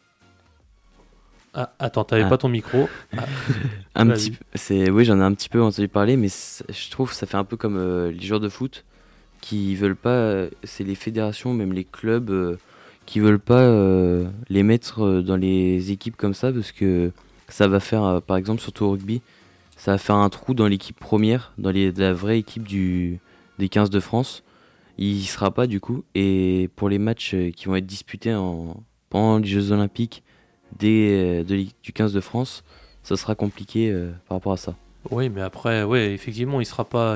Ah, attends, t'avais pas ton micro. Un petit peu, oui, j'en ai un petit peu entendu parler, mais je trouve que ça fait un peu comme les joueurs de foot qui veulent pas... c'est les fédérations, même les clubs... qui veulent pas les mettre dans les équipes comme ça, parce que ça va faire, par exemple surtout au rugby, ça va faire un trou dans l'équipe première, dans la vraie équipe des 15 de France. Il y sera pas du coup, et pour les matchs qui vont être disputés pendant les Jeux Olympiques du 15 de France, ça sera compliqué par rapport à ça. Oui, mais après, ouais, effectivement, il fera pas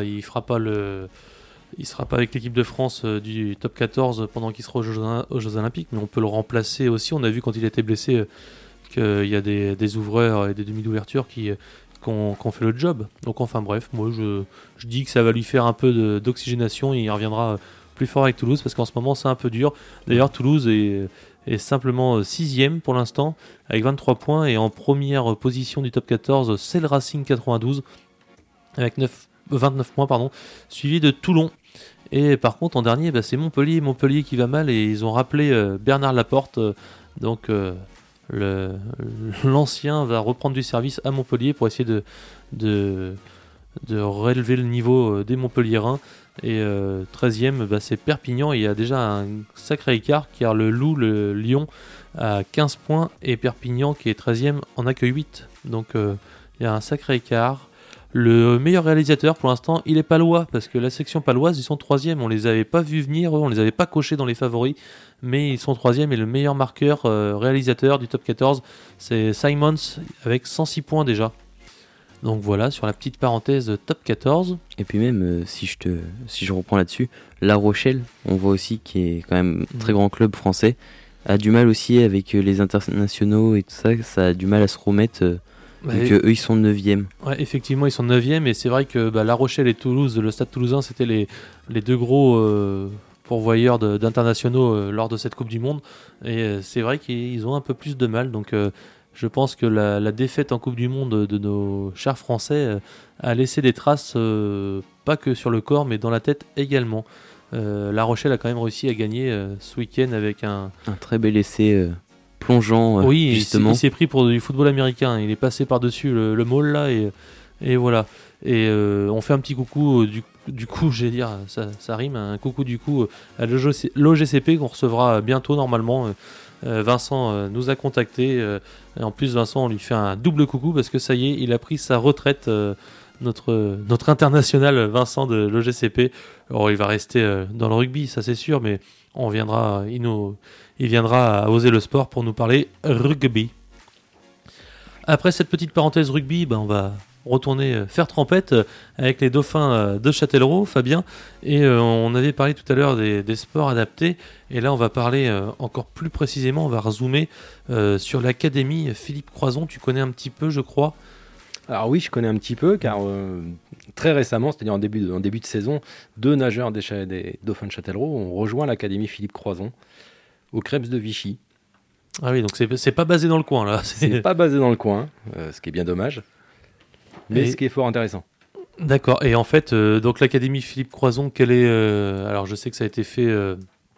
avec l'équipe de France du top 14 pendant qu'il sera aux Jeux Olympiques, mais on peut le remplacer aussi. On a vu quand il était blessé qu'il y a des ouvreurs et des demi d'ouverture qui ont fait le job. Donc enfin bref, moi je dis que ça va lui faire un peu d'oxygénation et il reviendra plus fort avec Toulouse, parce qu'en ce moment c'est un peu dur. D'ailleurs Toulouse est simplement 6ème pour l'instant avec 23 points, et en première position du top 14 c'est le Racing 92 avec 29 points, suivi de Toulon. Et par contre en dernier c'est Montpellier qui va mal, et ils ont rappelé Bernard Laporte, donc l'ancien va reprendre du service à Montpellier pour essayer de relever le niveau des Montpelliérains. Et 13e c'est Perpignan, et il y a déjà un sacré écart car le Lyon a 15 points et Perpignan qui est 13e en a que 8, donc il y a un sacré écart. Le meilleur réalisateur pour l'instant il est palois, parce que la section paloise ils sont 3e, on les avait pas vus venir, on les avait pas cochés dans les favoris, mais ils sont 3e, et le meilleur marqueur réalisateur du top 14 c'est Simons avec 106 points déjà. Donc voilà, sur la petite parenthèse top 14. Et puis même si je reprends là-dessus, La Rochelle, on voit aussi qui est quand même un très grand club français, a du mal aussi avec les internationaux et tout ça, ça a du mal à se remettre. Donc eux ils sont 9e. Ouais, effectivement ils sont 9e, et c'est vrai que La Rochelle et Toulouse, le Stade Toulousain, c'était les deux gros pourvoyeurs d'internationaux lors de cette Coupe du Monde, et c'est vrai qu'ils ont un peu plus de mal. Donc je pense que la défaite en Coupe du Monde de nos chers Français a laissé des traces, pas que sur le corps mais dans la tête également. La Rochelle a quand même réussi à gagner ce week-end avec un très bel essai plongeant. Oui, justement. Il s'est pris pour du football américain. Il est passé par-dessus le maul là, et voilà. Et on fait un petit coucou du coup, j'allais dire, ça rime, un coucou du coup à l'OGCP qu'on recevra bientôt normalement. Vincent nous a contacté, et en plus Vincent on lui fait un double coucou parce que ça y est, il a pris sa retraite, notre international Vincent de l'OGCP. Alors il va rester dans le rugby, ça c'est sûr, mais il viendra à Oser le Sport pour nous parler rugby. Après cette petite parenthèse rugby, on va retourner faire trempette avec les Dauphins de Châtellerault, Fabien, et on avait parlé tout à l'heure des sports adaptés, et là on va parler encore plus précisément, on va rezoomer sur l'académie Philippe Croison. Tu connais un petit peu, je crois? Alors oui, je connais un petit peu, car très récemment, c'est-à-dire en début de saison, 2 nageurs des Dauphins de Châtellerault ont rejoint l'académie Philippe Croison au Krebs de Vichy. Ah oui, donc c'est pas basé dans le coin là. C'est pas basé dans le coin, ce qui est bien dommage. Mais ce qui est fort intéressant. D'accord. Et en fait, donc l'académie Philippe Croison, quelle est alors je sais que ça a été fait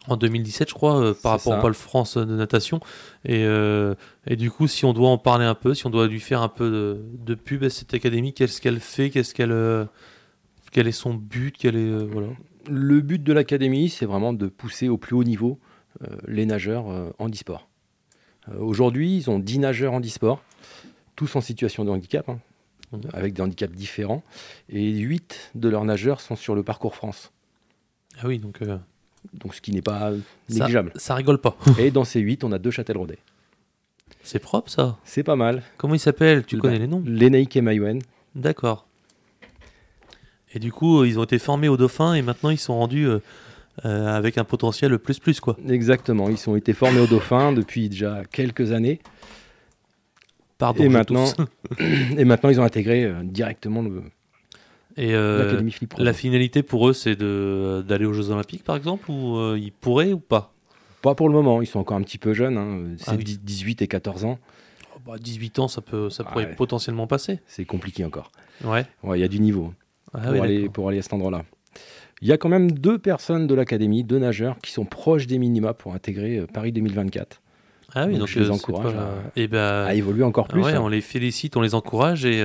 En 2017, je crois, par rapport au Pôle France de natation. Et du coup, si on doit en parler un peu, si on doit lui faire un peu de pub à cette académie, qu'est-ce qu'elle fait, quel est son but, voilà. Le but de l'académie, c'est vraiment de pousser au plus haut niveau les nageurs handisport. Aujourd'hui, ils ont 10 nageurs handisport, tous en situation de handicap, avec des handicaps différents. Et 8 de leurs nageurs sont sur le parcours France. Ah oui, donc ce qui n'est pas négligeable. Ça rigole pas. Et dans ces 8, on a 2 Châtelleraudais. C'est propre, ça. C'est pas mal. Comment ils s'appellent ? Tu connais les noms ? Lénaïque et Maïwen. D'accord. Et du coup, ils ont été formés au Dauphin et maintenant ils sont rendus avec un potentiel plus, quoi. Exactement. Ils ont été formés au Dauphin depuis déjà quelques années. Pardon. Et maintenant, ils ont intégré directement l'académie Philippe Crozon. La finalité pour eux, c'est d'aller aux Jeux Olympiques, par exemple, ou ils pourraient ou pas ? Pas pour le moment. Ils sont encore un petit peu jeunes. C'est 18 et 14 ans. 18 ans, ça pourrait potentiellement passer. C'est compliqué encore. Ouais. Il y a du niveau pour aller à cet endroit-là. Il y a quand même 2 personnes de l'académie, 2 nageurs, qui sont proches des minima pour intégrer Paris 2024. Ah oui, donc je les encourage à évoluer encore plus. On les félicite, on les encourage et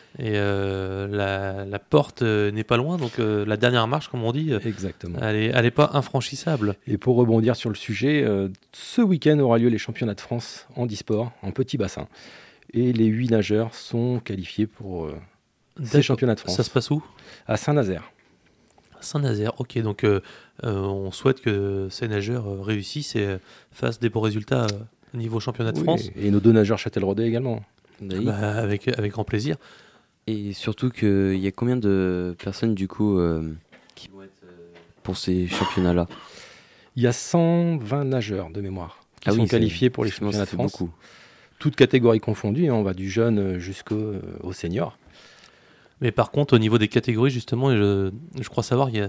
la porte n'est pas loin, donc la dernière marche, comme on dit, exactement. Elle est pas infranchissable. Et pour rebondir sur le sujet, ce week-end aura lieu les championnats de France handisport en petit bassin. Et les 8 nageurs sont qualifiés pour ces championnats de France. Ça se passe où ? À Saint-Nazaire. Saint-Nazaire, ok, donc on souhaite que ces nageurs réussissent et fassent des bons résultats au niveau championnat de France. Et nos 2 nageurs châtelleraudais également. Avec grand plaisir. Et surtout qu'il y a combien de personnes du coup qui vont être pour ces championnats-là ? Il y a 120 nageurs de mémoire qui sont qualifiés pour les championnats de France. Beaucoup. Toutes catégories confondues, on va du jeune jusqu'au senior. Mais par contre, au niveau des catégories, justement, je crois savoir, il y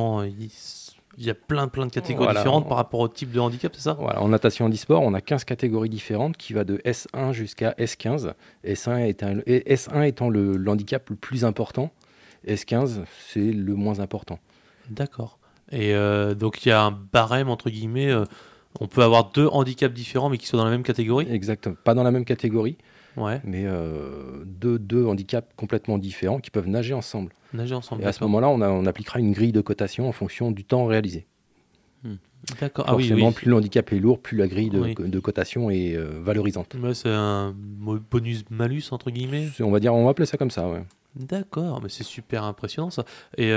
a plein de catégories différentes par rapport au type de handicap, c'est ça ? Voilà, en natation handisport, on a 15 catégories différentes qui va de S1 jusqu'à S15. S1 étant le handicap le plus important, S15, c'est le moins important. D'accord. Et donc, il y a un barème, entre guillemets, on peut avoir 2 handicaps différents, mais qui sont dans la même catégorie ? Exactement, pas dans la même catégorie. Ouais. Mais deux handicaps complètement différents qui peuvent nager ensemble. Et à ce moment-là, on appliquera une grille de cotation en fonction du temps réalisé. D'accord. Forcément, plus le handicap est lourd, plus la grille de cotation est valorisante. Ouais, c'est un bonus-malus, entre guillemets. On va appeler ça comme ça, ouais. D'accord, mais c'est super impressionnant ça. Et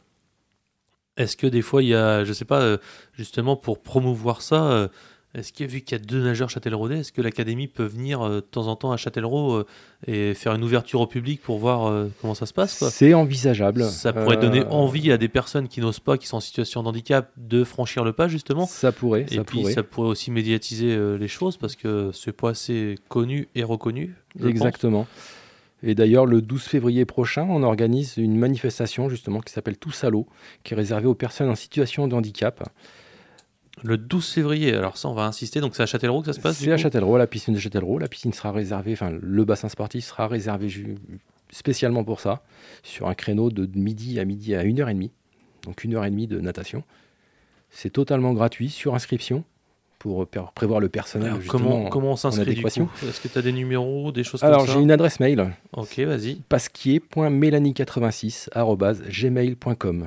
est-ce que des fois, il y a, je sais pas, justement pour promouvoir ça... Est-ce que, vu qu'il y a 2 nageurs châtelleraudais, est-ce que l'académie peut venir de temps en temps à Châtellerault et faire une ouverture au public pour voir comment ça se passe, quoi ? C'est envisageable. Ça pourrait donner envie à des personnes qui n'osent pas, qui sont en situation de handicap, de franchir le pas, justement. Ça pourrait. Ça pourrait aussi médiatiser les choses parce que c'est pas assez connu et reconnu. Exactement. Et d'ailleurs, le 12 février prochain, on organise une manifestation justement qui s'appelle Tous à l'eau, qui est réservée aux personnes en situation de handicap. Le 12 février, alors ça on va insister, donc c'est à Châtellerault que ça se passe ? C'est à Châtellerault, à la piscine de Châtellerault. La piscine sera réservée, le bassin sportif sera réservé spécialement pour ça, sur un créneau de midi à 1h30, donc 1h30 de natation. C'est totalement gratuit, sur inscription, pour prévoir le personnel. Alors, comment on s'inscrit du coup ? Est-ce que tu as des numéros, des choses comme ça ? Alors j'ai une adresse mail. Ok, vas-y. pasquier.mélanie86@gmail.com.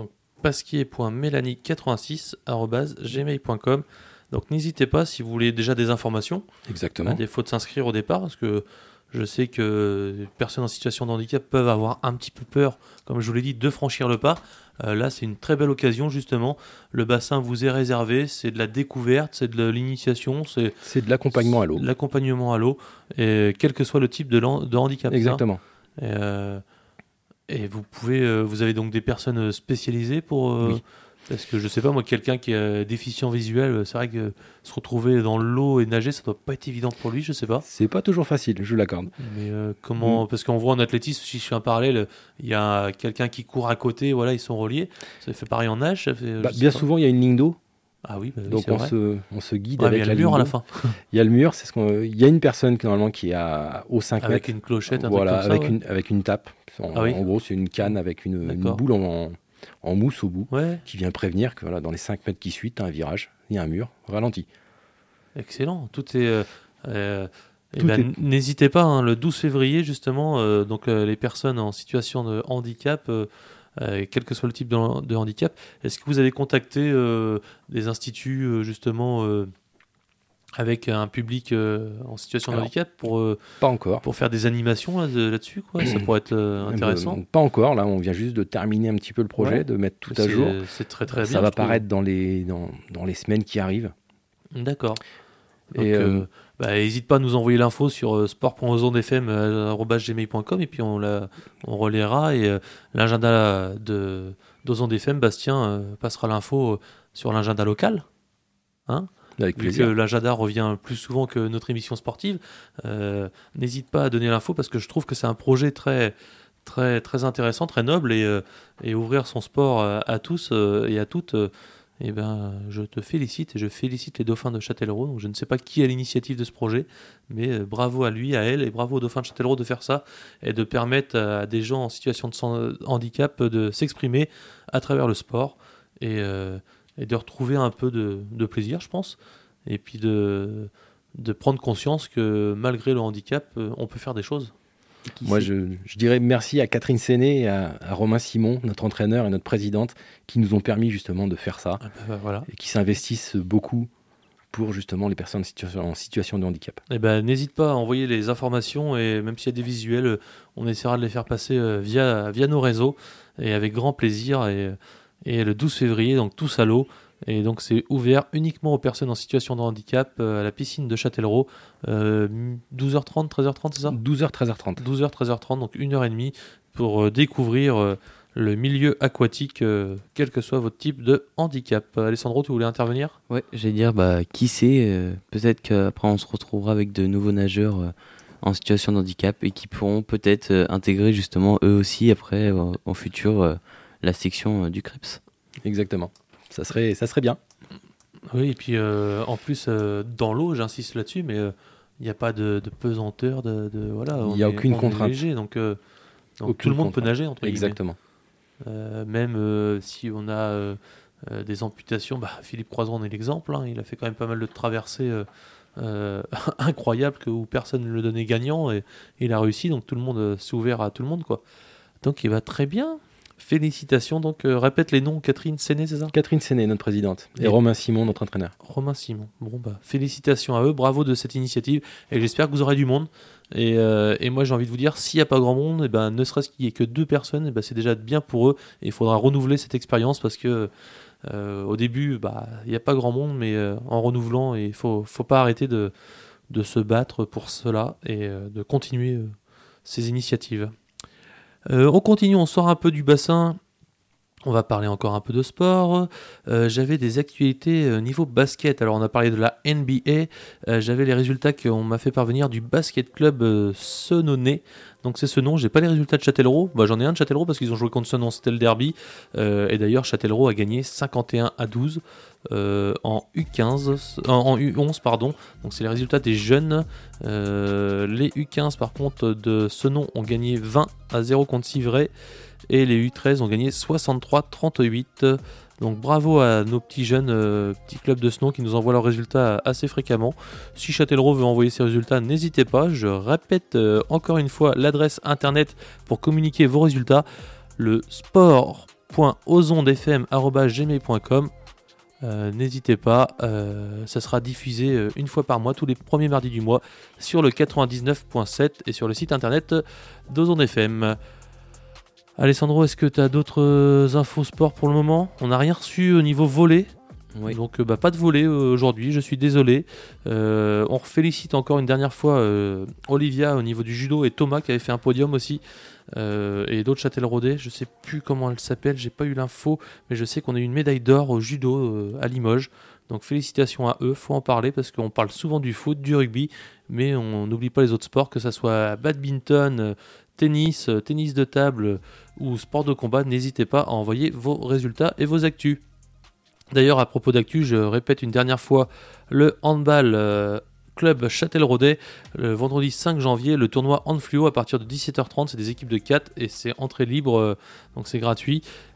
pasquier.mélanie86@gmail.com. Donc n'hésitez pas si vous voulez déjà des informations. Exactement. À défaut de s'inscrire au départ, parce que je sais que les personnes en situation de handicap peuvent avoir un petit peu peur, comme je vous l'ai dit, de franchir le pas. Là, c'est une très belle occasion, justement. Le bassin vous est réservé, c'est de la découverte, c'est de l'initiation. C'est de l'accompagnement à l'eau. L'accompagnement à l'eau, et quel que soit le type de handicap. Exactement. Et vous avez donc des personnes spécialisées pour... Oui. Parce que je sais pas, moi, quelqu'un qui est déficient visuel, c'est vrai que se retrouver dans l'eau et nager, ça doit pas être évident pour lui, je sais pas. C'est pas toujours facile, je l'accorde. Mais comment... Parce qu'on voit en athlétisme, si je fais un parallèle, il y a quelqu'un qui court à côté, voilà, ils sont reliés. Ça fait pareil en nage. Bien souvent, il y a une ligne d'eau. Ah oui, donc c'est vrai. On se guide avec il y a le mur à la fin. Il y a le mur, il y a une personne normalement qui est aux 5 mètres. Avec une clochette, avec une tape. En gros, c'est une canne avec une boule en mousse au bout, Ouais, qui vient prévenir que dans les 5 mètres qui suivent, tu as un virage, il y a un mur, ralenti. excellent. Tout est. Tout est- N'hésitez pas, hein, le 12 février, justement, les personnes en situation de handicap, quel que soit le type de handicap, est-ce que vous avez contacté des instituts, justement, avec un public en situation de Alors, handicap Pas encore. pour faire des animations là-dessus, quoi. Ça pourrait être intéressant. Pas encore, là, on vient juste de terminer un petit peu le projet, Ouais. de mettre tout à jour. C'est très très bien. Ça va je trouve. paraître dans les semaines qui arrivent. D'accord. Donc, Et n'hésite pas à nous envoyer l'info sur sport.ozondfm@gmail.com et puis on relaiera et l'agenda d'Ozonde FM, Bastien passera l'info sur l'agenda local. Hein, avec vu que plaisir. l'agenda revient plus souvent que notre émission sportive, n'hésite pas à donner l'info parce que je trouve que c'est un projet très très très intéressant, très noble et ouvrir son sport à tous et à toutes. Je te félicite et je félicite les Dauphins de Châtellerault. Donc, je ne sais pas qui a l'initiative de ce projet, mais bravo à lui, à elle, et bravo aux Dauphins de Châtellerault de faire ça et de permettre à des gens en situation de handicap de s'exprimer à travers le sport et de retrouver un peu de plaisir, je pense, et puis de prendre conscience que malgré le handicap, on peut faire des choses. Moi, je dirais merci à Catherine Séné et à Romain Simon, notre entraîneur et notre présidente, qui nous ont permis justement de faire ça Voilà. et qui s'investissent beaucoup pour justement les personnes en situation de handicap. N'hésite pas à envoyer les informations et même s'il y a des visuels, on essaiera de les faire passer via nos réseaux et avec grand plaisir. Et le 12 février, donc tous à l'eau. Et donc c'est ouvert uniquement aux personnes en situation de handicap à la piscine de Châtellerault. 12h30, 13h30, c'est ça 12h, 13h30. 12h, 13h30, donc 1h30 pour découvrir le milieu aquatique, quel que soit votre type de handicap. Alessandro, tu voulais intervenir ? Ouais, j'allais dire, qui sait, peut-être qu'après on se retrouvera avec de nouveaux nageurs en situation de handicap et qui pourront peut-être intégrer justement eux aussi après, en futur, la section du CREPS. Exactement. Ça serait bien. Oui, et puis en plus, dans l'eau, j'insiste là-dessus, mais il n'y a pas de pesanteur, voilà. Il n'y a aucune contrainte. Léger, donc tout Aucune le monde contrainte. peut nager, entre guillemets. Exactement. Même si on a des amputations, Philippe Croizon en est l'exemple, hein, il a fait quand même pas mal de traversées incroyables où personne ne le donnait gagnant et il a réussi, donc tout le monde s'est ouvert à tout le monde, quoi. Donc il va très bien. Félicitations, donc répète les noms, Catherine Séné, c'est ça ? Catherine Séné, notre présidente, et Et- Romain Simon, notre entraîneur. Romain Simon. Bon, félicitations à eux, bravo de cette initiative et j'espère que vous aurez du monde. Et moi j'ai envie de vous dire, s'il n'y a pas grand monde, ne serait-ce qu'il n'y ait que 2 personnes, c'est déjà bien pour eux et il faudra renouveler cette expérience parce que au début, il n'y a pas grand monde, mais en renouvelant, il ne faut pas arrêter de se battre pour cela et de continuer ces initiatives. On continue, on sort un peu du bassin. On va parler encore un peu de sport. J'avais des actualités niveau basket. Alors on a parlé de la NBA. J'avais les résultats qu'on m'a fait parvenir du basket club Senonais. Donc c'est Senon. J'ai pas les résultats de Châtellerault. J'en ai un de Châtellerault parce qu'ils ont joué contre Senon, c'était le derby. Et d'ailleurs Châtellerault a gagné 51-12 en U15, en U11 pardon. Donc c'est les résultats des jeunes. Les U15 par contre de Senon ont gagné 20-0 contre Civray. Et les U13 ont gagné 63-38. Donc bravo à nos petits jeunes, petits clubs de Senon qui nous envoient leurs résultats assez fréquemment. Si Châtellerault veut envoyer ses résultats, n'hésitez pas. Je répète encore une fois l'adresse internet pour communiquer vos résultats. Le sport.ozondfm@gmail.com. N'hésitez pas, ça sera diffusé une fois par mois, tous les premiers mardis du mois, sur le 99.7 et sur le site internet d'Ozonde FM. Alessandro, est-ce que tu as d'autres infos sport pour le moment ? On n'a rien reçu au niveau volley, Oui. donc pas de volley aujourd'hui, je suis désolé. On félicite encore une dernière fois Olivia au niveau du judo et Thomas qui avait fait un podium aussi, et d'autres Châtelleraudais, je sais plus comment elle s'appelle, j'ai pas eu l'info, mais je sais qu'on a eu une médaille d'or au judo à Limoges. Donc félicitations à eux, faut en parler parce qu'on parle souvent du foot, du rugby, mais on n'oublie pas les autres sports, que ça soit badminton, tennis de table ou sport de combat. N'hésitez pas à envoyer vos résultats et vos actus. D'ailleurs, à propos d'actu, je répète une dernière fois, le handball club Châtelleraudais, le vendredi 5 janvier, le tournoi handfluo à partir de 17h30, c'est des équipes de 4 et c'est entrée libre, donc c'est gratuit.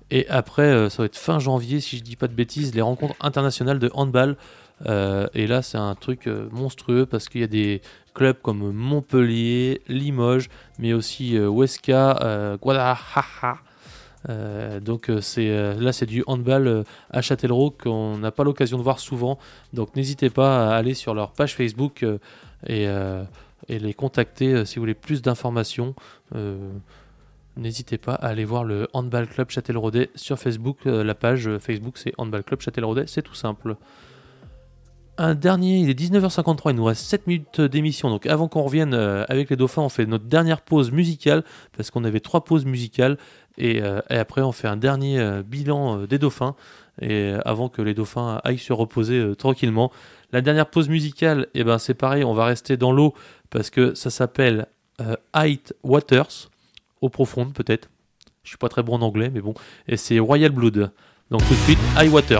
Et après, ça va être fin janvier, si je dis pas de bêtises, les rencontres internationales de handball. Et là, c'est un truc monstrueux parce qu'il y a des clubs comme Montpellier, Limoges, mais aussi Huesca, Guadalajara. Donc là, c'est du handball à Châtellerault qu'on n'a pas l'occasion de voir souvent. Donc n'hésitez pas à aller sur leur page Facebook et les contacter si vous voulez plus d'informations. N'hésitez pas à aller voir le Handball Club Châtelleraudais sur Facebook. La page Facebook, c'est Handball Club Châtelleraudais, c'est tout simple. Un dernier, il est 19h53, il nous reste 7 minutes d'émission. Donc avant qu'on revienne avec les Dauphins, on fait notre dernière pause musicale, parce qu'on avait 3 pauses musicales. Et après, on fait un dernier bilan des Dauphins, et avant que les Dauphins aillent se reposer tranquillement. La dernière pause musicale, c'est pareil, on va rester dans l'eau, parce que ça s'appelle High Waters, eau profonde peut-être. Je suis pas très bon en anglais, mais bon. Et c'est Royal Blood. Donc tout de suite, High Waters.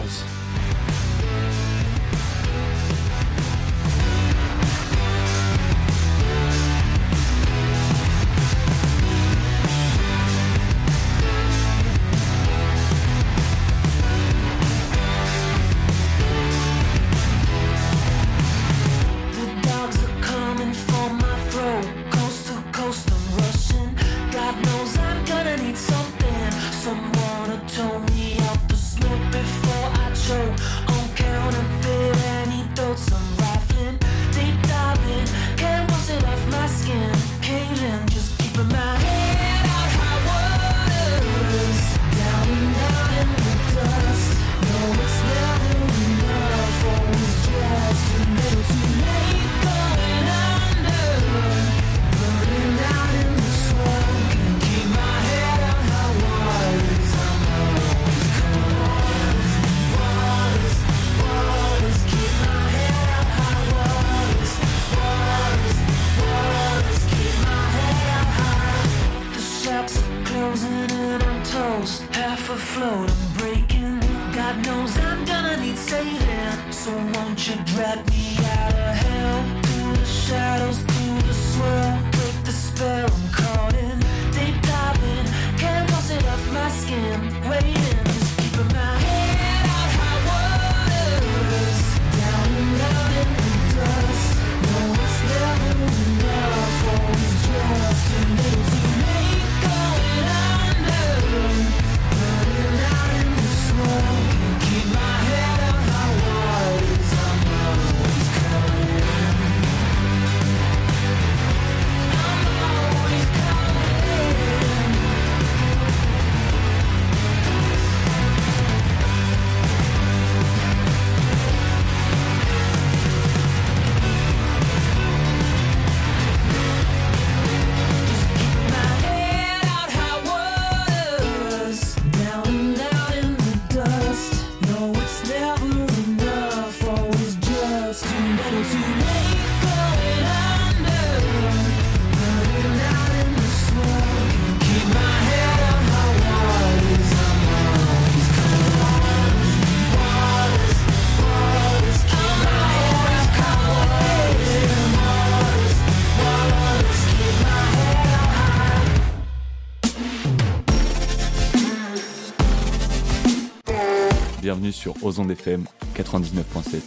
Bienvenue sur Ozon FM 99.7.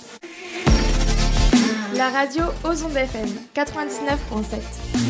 La radio Ozon FM 99.7.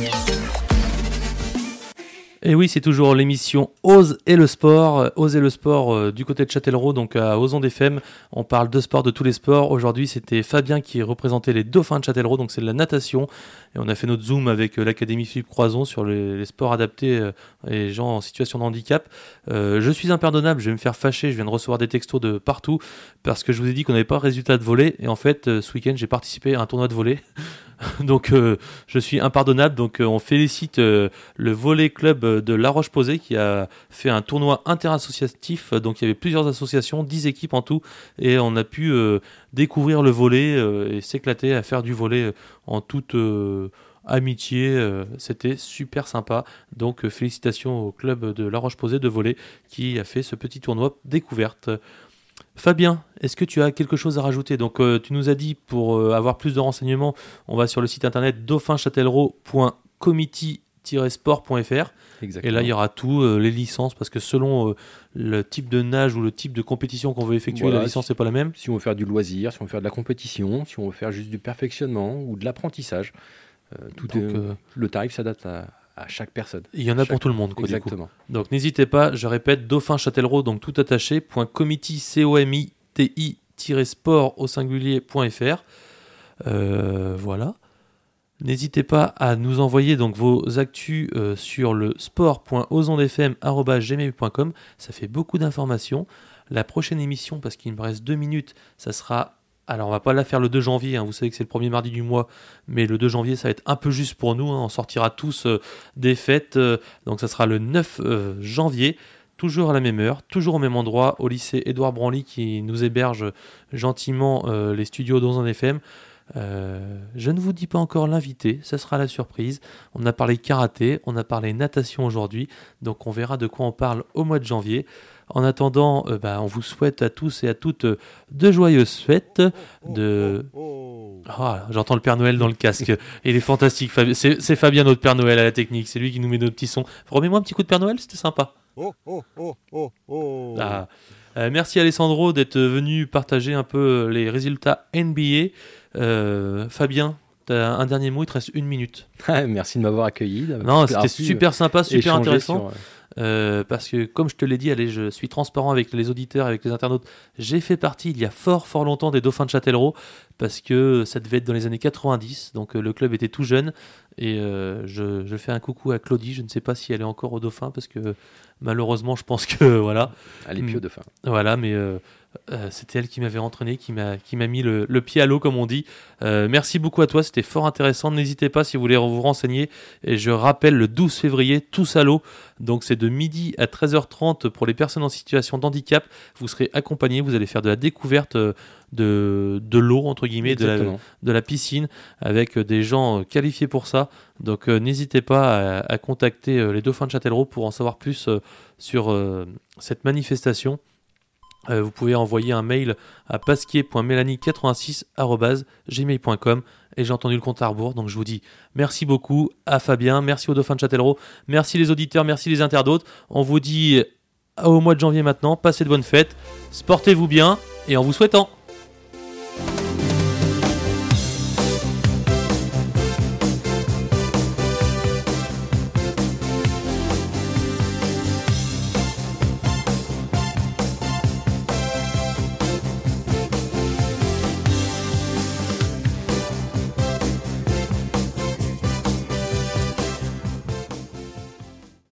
Et oui, c'est toujours l'émission Ose et le sport. Ose et le sport du côté de Châtellerault, donc à Ozon FM. On parle de sport, de tous les sports. Aujourd'hui, c'était Fabien qui représentait les Dauphins de Châtellerault, donc c'est de la natation. Et on a fait notre zoom avec l'Académie Philippe Croison sur les sports adaptés et les gens en situation de handicap. Je suis impardonnable, je vais me faire fâcher. Je viens de recevoir des textos de partout parce que je vous ai dit qu'on n'avait pas de résultat de volley. Et en fait, ce week-end, j'ai participé à un tournoi de volley. Donc je suis impardonnable. Donc on félicite le volley club de La Roche-Posay qui a fait un tournoi interassociatif. Donc il y avait plusieurs associations, 10 équipes en tout, et on a pu découvrir le volley et s'éclater à faire du volley en toute amitié. C'était super sympa. Donc félicitations au club de La Roche-Posay de volley qui a fait ce petit tournoi découverte. Fabien, est-ce que tu as quelque chose à rajouter ? Donc tu nous as dit, pour avoir plus de renseignements, on va sur le site internet dauphinchâtellerault.committee sport.fr. Et là, il y aura tout, les licences, parce que selon le type de nage ou le type de compétition qu'on veut effectuer, la licence n'est pas la même. Si on veut faire du loisir, si on veut faire de la compétition, si on veut faire juste du perfectionnement ou de l'apprentissage, le tarif s'adapte à chaque personne. Il y en a pour tout le monde. Quoi, exactement. Du coup. Donc n'hésitez pas, je répète, Dauphin-Châtellerault, donc tout attaché, .comiti-sport au singulier.fr. Voilà. N'hésitez pas à nous envoyer donc vos actus sur le sport.ozondfm@gmail.com. Ça fait beaucoup d'informations. La prochaine émission, parce qu'il me reste 2 minutes, ça sera... Alors on va pas la faire le 2 janvier, vous savez que c'est le premier mardi du mois, mais le 2 janvier ça va être un peu juste pour nous, on sortira tous des fêtes, donc ça sera le 9 janvier. Toujours à la même heure, toujours au même endroit, au lycée Édouard Branly qui nous héberge gentiment les studios d'Ozon FM. Je ne vous dis pas encore l'invité, ça sera la surprise. On a parlé karaté, on a parlé natation aujourd'hui, donc on verra de quoi on parle au mois de janvier. En attendant, on vous souhaite à tous et à toutes de joyeuses fêtes. J'entends le Père Noël dans le casque. Il est fantastique. C'est Fabien, notre Père Noël à la technique. C'est lui qui nous met nos petits sons. Remets-moi un petit coup de Père Noël, c'était sympa. Merci Alessandro d'être venu partager un peu les résultats NBA. Fabien, t'as un dernier mot, il te reste 1 minute. Merci de m'avoir accueilli. Non, c'était super sympa, super intéressant. Parce que comme je te l'ai dit, allez, je suis transparent avec les auditeurs, avec les internautes. J'ai fait partie il y a fort longtemps des Dauphins de Châtellerault parce que ça devait être dans les années 90, donc le club était tout jeune et je fais un coucou à Claudie. Je ne sais pas si elle est encore au Dauphin parce que malheureusement je pense que voilà. Elle est plus au Dauphin. Voilà, mais c'était elle qui m'avait entraîné, qui m'a mis le pied à l'eau comme on dit. Merci beaucoup à toi, c'était fort intéressant. N'hésitez pas si vous voulez vous renseigner. Et je rappelle le 12 février, tous à l'eau. Donc c'est de midi à 13h30 pour les personnes en situation de handicap. Vous serez accompagnés, vous allez faire de la découverte de l'eau, entre guillemets, de la piscine, avec des gens qualifiés pour ça. Donc n'hésitez pas à contacter les Dauphins de Châtellerault pour en savoir plus sur cette manifestation. Vous pouvez envoyer un mail à pasquier.melanie86@gmail.com et j'ai entendu le compte à rebours, donc je vous dis merci beaucoup à Fabien, merci aux Dauphins de Châtellerault, merci les auditeurs, merci les internautes. On vous dit au mois de janvier maintenant, passez de bonnes fêtes, sportez-vous bien et en vous souhaitant